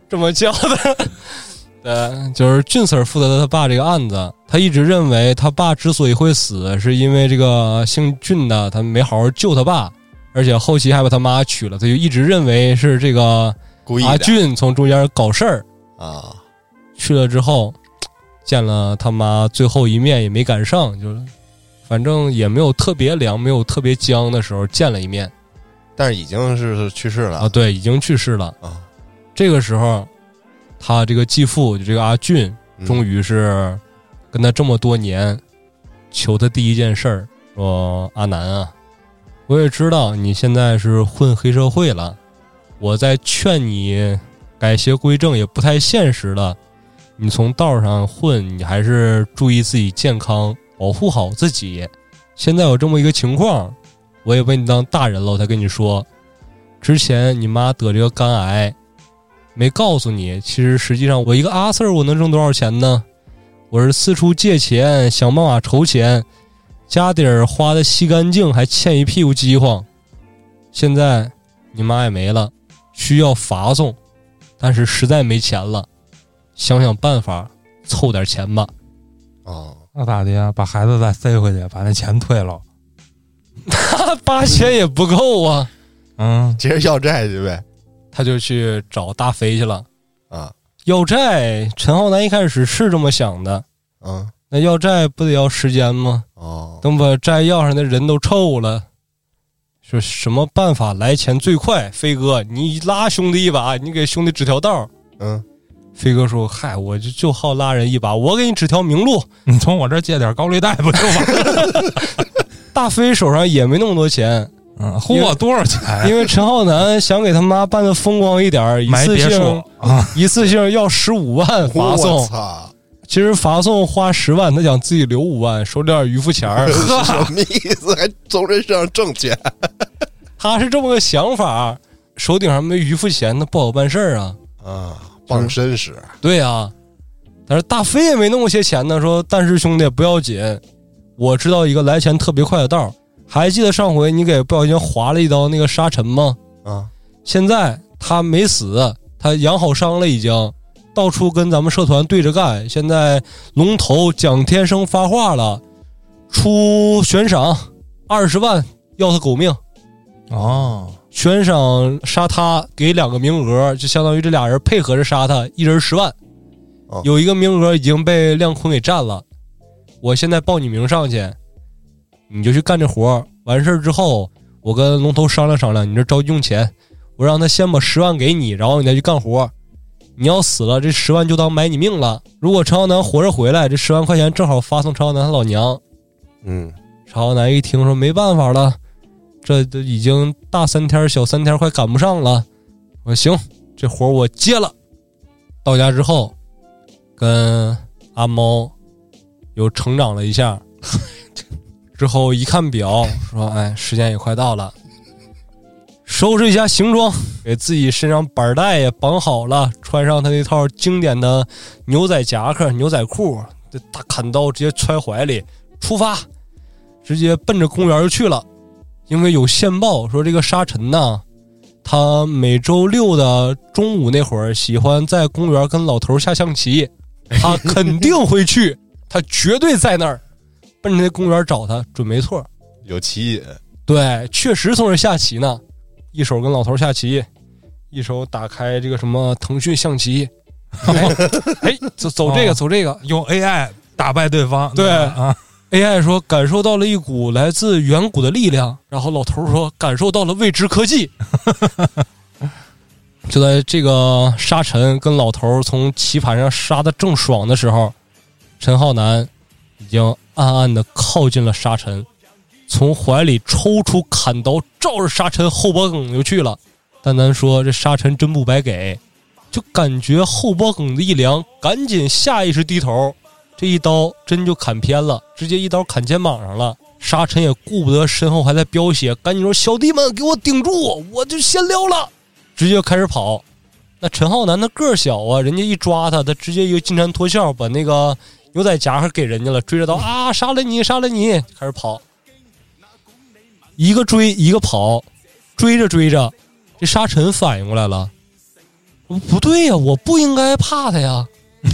这么叫的。对，就是俊 Sir 负责的他爸这个案子，他一直认为他爸之所以会死，是因为这个姓俊的他没好好救他爸，而且后期还把他妈娶了，他就一直认为是这个阿俊从中间搞事儿啊。 去了之后，见了他妈最后一面也没赶上，就是反正也没有特别凉，没有特别僵的时候见了一面， 但是已经是去世了啊，对，已经去世了啊。 这个时候，他这个继父就这个阿俊，终于是跟他这么多年求他第一件事儿，说阿南啊，我也知道你现在是混黑社会了，我在劝你改邪归正也不太现实了。你从道上混，你还是注意自己健康，保护好自己。现在有这么一个情况，我也把你当大人了，我才跟你说，之前你妈得这个肝癌，没告诉你，其实实际上我一个阿 Sir 我能挣多少钱呢？我是四处借钱，想办法筹钱，家底儿花的稀干净，还欠一屁股饥荒。现在你妈也没了，需要发送，但是实在没钱了，想想办法凑点钱吧。 哦， 那咋的呀？把孩子再塞回去，把那钱退了。 那8000也不够啊。 接着要债去呗。 他就去找大飞去了啊。 要债，陈浩南一开始是这么想的。那要债不得要时间吗？ 哦， 等把债要上的人都臭了。说什么办法来钱最快？飞哥，你拉兄弟一把，你给兄弟指条道。飞哥说：“嗨，我就好拉人一把，我给你指条明路， 你从我这借点高利贷不就完了？” 大飞手上也没那么多钱， 嚯，多少钱？ 因为陈浩南想给他妈办的风光一点，一次性要15万发送。 我操！ 其实发送花10万，他想自己留5万，手里点余富钱儿。 什么意思？还从人身上挣钱？ 他是这么个想法，手顶上没余富钱，那不好办事儿啊。 傍身使。 对啊，但是大飞也没那么些钱呢。说，但是兄弟不要紧，我知道一个来钱特别快的道。还记得上回你给不小心划了一刀那个沙尘吗？现在他没死，他养好伤了已经。到处跟咱们社团对着干，现在龙头蒋天生发话了，出悬赏20万要他狗命。悬赏杀他，给2个名额，就相当于这俩人配合着杀他，一人10万。有一个名额已经被亮坤给占了，我现在报你名上去，你就去干这活。完事之后，我跟龙头商量商量，你这着急用钱，我让他先把10万给你，然后你再去干活。你要死了，这10万就当买你命了。如果陈浩南活着回来，这10万块钱正好发送陈浩南他老娘。陈浩南一听说没办法了，这都已经大3天小3天快赶不上了。我说行，这活我接了。到家之后，跟阿猫又成长了一下，之后一看表，说：“哎，时间也快到了。”收拾一下行装，给自己身上板带也绑好了，穿上他那套经典的牛仔夹克、牛仔裤，这大砍刀直接揣怀里，出发，直接奔着公园就去了。因为有线报说这个沙尘呢，他每周6的中午那会儿喜欢在公园跟老头下象棋，他肯定会去，他绝对在那儿，奔着那公园找他，准没错， 有棋瘾。对， 确实从这下棋呢。一手跟老头下棋，一手打开这个什么腾讯象棋，走这个， 用 AI 打败对方。 对啊 ，AI 说感受到了一股来自远古的力量，然后老头说感受到了未知科技。就在这个沙尘跟老头从棋盘上杀的正爽的时候，陈浩南已经暗暗的靠近了沙尘。从怀里抽出砍刀，照着沙尘后脖梗就去了。但咱说这沙尘真不白给，就感觉后脖梗子一凉，赶紧下意识低头，这一刀真就砍偏了，直接一刀砍肩膀上了。沙尘也顾不得身后还在飙血，赶紧说：“小弟们给我顶住，我就先撩了。”直接开始跑。那陈浩南他个儿小啊，人家一抓他，他直接一个金蝉脱壳，把那个牛仔夹克给人家了，追着刀啊，杀了你，开始跑。一个追一个跑，追着这沙尘反应过来了， 不对呀，我不应该怕他呀。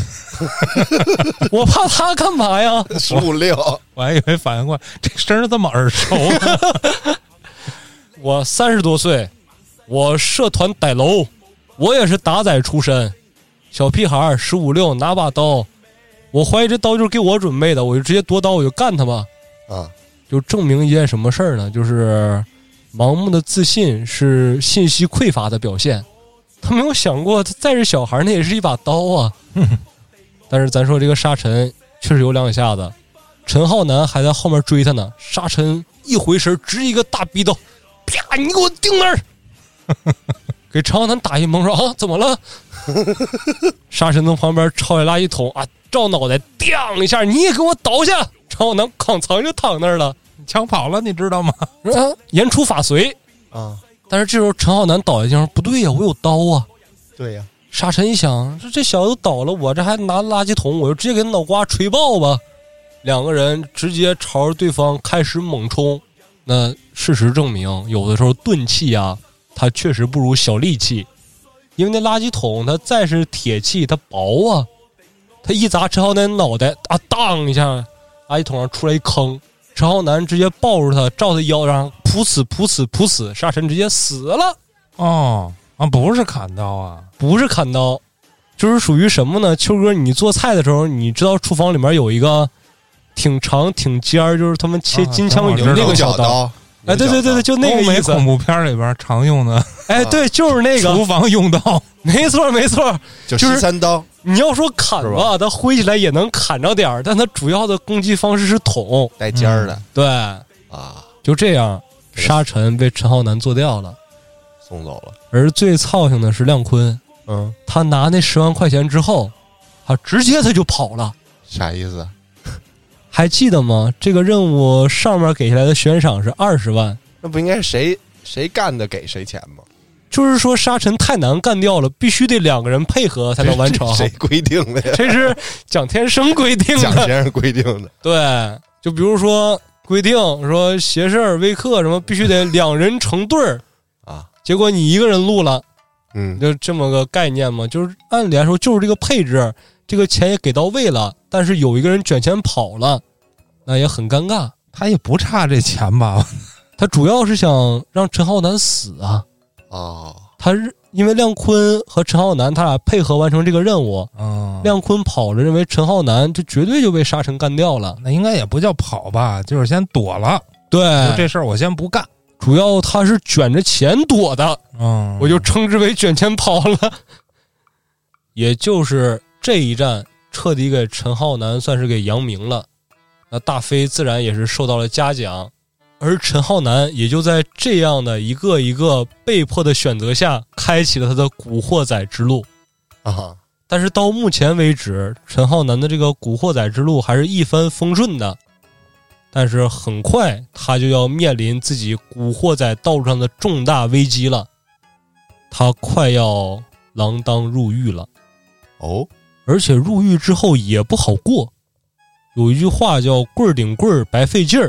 我怕他干嘛呀 ？15.6， 我还以为反应过来，这声这么耳熟呢。 我30多岁，我社团逮楼，我也是打仔出身。小屁孩15、6拿把刀，我怀疑这刀就是给我准备的，我就直接夺刀我就干他吧。 啊， 就证明一件什么事儿呢？就是盲目的自信是信息匮乏的表现。他没有想过，他再是小孩，那也是一把刀啊。但是咱说这个沙尘确实有两下子，陈浩南还在后面追他呢。沙尘一回身，直一个大逼刀，啪！你给我定那儿，给陈浩南打一懵，说啊，怎么了？沙尘从旁边抄起垃圾桶啊，照脑袋，叮一下，你也给我倒下。陈浩南吭嚓就躺那儿了， 抢跑了，你知道吗？ 言出法随啊！ 但是这时候陈浩南倒下去说：“不对呀，我有刀啊！” 对呀。 沙尘一想，这小子倒了，我这还拿垃圾桶，我就直接给他脑瓜锤爆吧。两个人直接朝着对方开始猛冲。那事实证明，有的时候钝器啊，它确实不如小利器，因为那垃圾桶它再是铁器，它薄啊，它一砸陈浩南脑袋啊，当一下，垃圾桶上出来一坑，陈浩南直接抱住他，照他腰上噗呲噗呲噗呲，沙尘直接死了。 哦啊，不是砍刀啊， 不是砍刀，就是属于什么呢？秋哥，你做菜的时候，你知道厨房里面有一个挺长挺尖儿，就是他们切金枪鱼那个小刀。哎，对对对对，就那个意思。 欧美恐怖片里边常用的， 哎，对，就是那个厨房用刀， 没错没错， 就是3刀。 你要说砍吧，它挥起来也能砍着点儿，但它主要的攻击方式是捅， 带尖儿的。 对啊， 就这样，沙尘被陈浩南做掉了， 送走了。 而最操心的是亮坤，他拿那10万块钱之后，他直接他就跑了。 啥意思？ 还记得吗？这个任务上面给下来的悬赏是20万， 那不应该是谁干的给谁钱吗？ 就是说沙尘太难干掉了，必须得2个人配合才能完成。 谁规定的呀？ 这是蒋天生规定的。 蒋先生规定的。 对，就比如说规定说邪事儿、微课什么，必须得2人成对儿啊。 结果你一个人录了， 就这么个概念嘛。就是按理来说，就是这个配置，这个钱也给到位了，但是有一个人卷钱跑了，那也很尴尬。 他也不差这钱吧？ 他主要是想让陈浩南死啊。 哦， 他因为亮坤和陈浩南他俩配合完成这个任务，亮坤跑了，认为陈浩南这绝对就被沙尘干掉了。 那应该也不叫跑吧，就是先躲了。 对， 这事儿我先不干。 主要他是卷着钱躲的，我就称之为卷钱跑了。也就是这一战彻底给陈浩南算是给扬名了，那大飞自然也是受到了嘉奖，而陈浩南也就在这样的一个一个被迫的选择下，开启了他的古惑仔之路啊。 但是到目前为止，陈浩南的这个古惑仔之路还是一帆风顺的。但是很快他就要面临自己古惑仔道路上的重大危机了，他快要锒铛入狱了。 哦， 而且入狱之后也不好过，有一句话叫棍儿顶棍儿白费劲儿。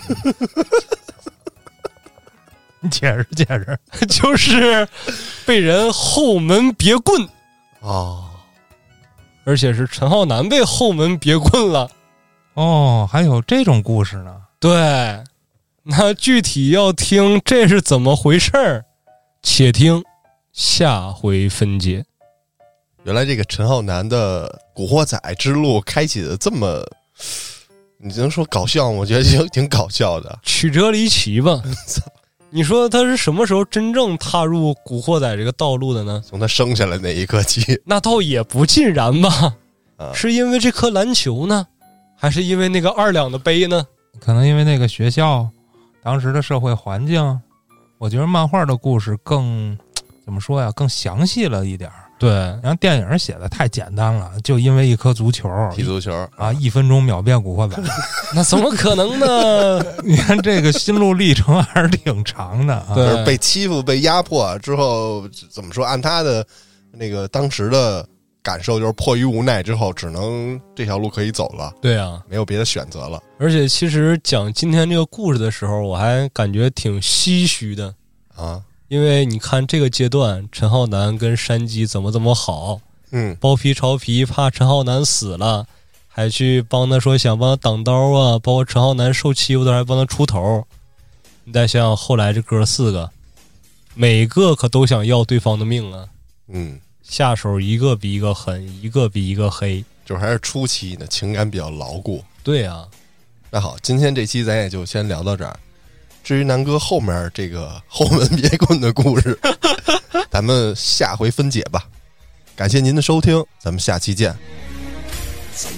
你解释解释。 就是被人后门别棍哦， 而且是陈浩南被后门别棍了。 哦，还有这种故事呢？ 对，那具体要听这是怎么回事儿，且听下回分解。 原来这个陈浩南的古惑仔之路开启的这么，你能说搞笑？我觉得挺搞笑的， 曲折离奇吧。你说他是什么时候真正踏入古惑仔这个道路的呢？ 从他生下来那一刻起。 那倒也不尽然吧。是因为这颗篮球呢，还是因为那个2两的杯呢？ 可能因为那个学校当时的社会环境。我觉得漫画的故事更怎么说呀，更详细了一点。 对， 然后电影写的太简单了，就因为一颗足球踢足球啊，1分钟秒变古惑仔。 那怎么可能呢？ 你看这个心路历程还是挺长的啊。 对，被欺负被压迫之后，怎么说，按他的那个当时的感受，就是迫于无奈之后只能这条路可以走了。 对啊， 没有别的选择了。 而且其实讲今天这个故事的时候，我还感觉挺唏嘘的啊。 因为你看这个阶段，陈浩南跟山鸡怎么好，包皮朝皮，怕陈浩南死了，还去帮他说想帮他挡刀啊，包括陈浩南受欺负的还帮他出头。你再想想后来这哥4个，每个可都想要对方的命啊，下手一个比一个狠，一个比一个黑， 就是还是初期呢，情感比较牢固。 对啊， 那好，今天这期咱也就先聊到这儿。至于南哥后面这个后门别棍的故事，咱们下回分解吧。感谢您的收听，咱们下期见。是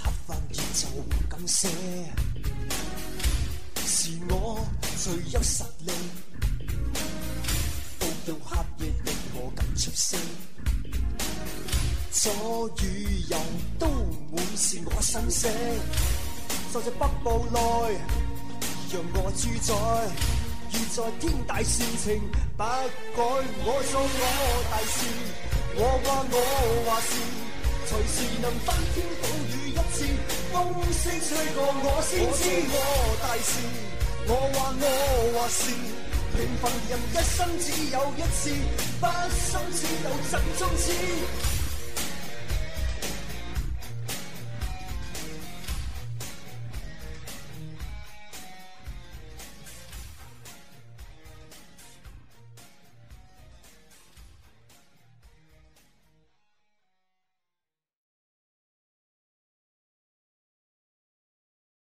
我最有實力，到到黑夜令我更出色，左與右都滿是我身色，就在北部內讓我主宰，如在天大事情不改，我做我大事，我話事，隨時能翻天覆雨一次，風聲吹過我先知我大事，我話事，平凡人一生只有一次，不心只有陣中痴。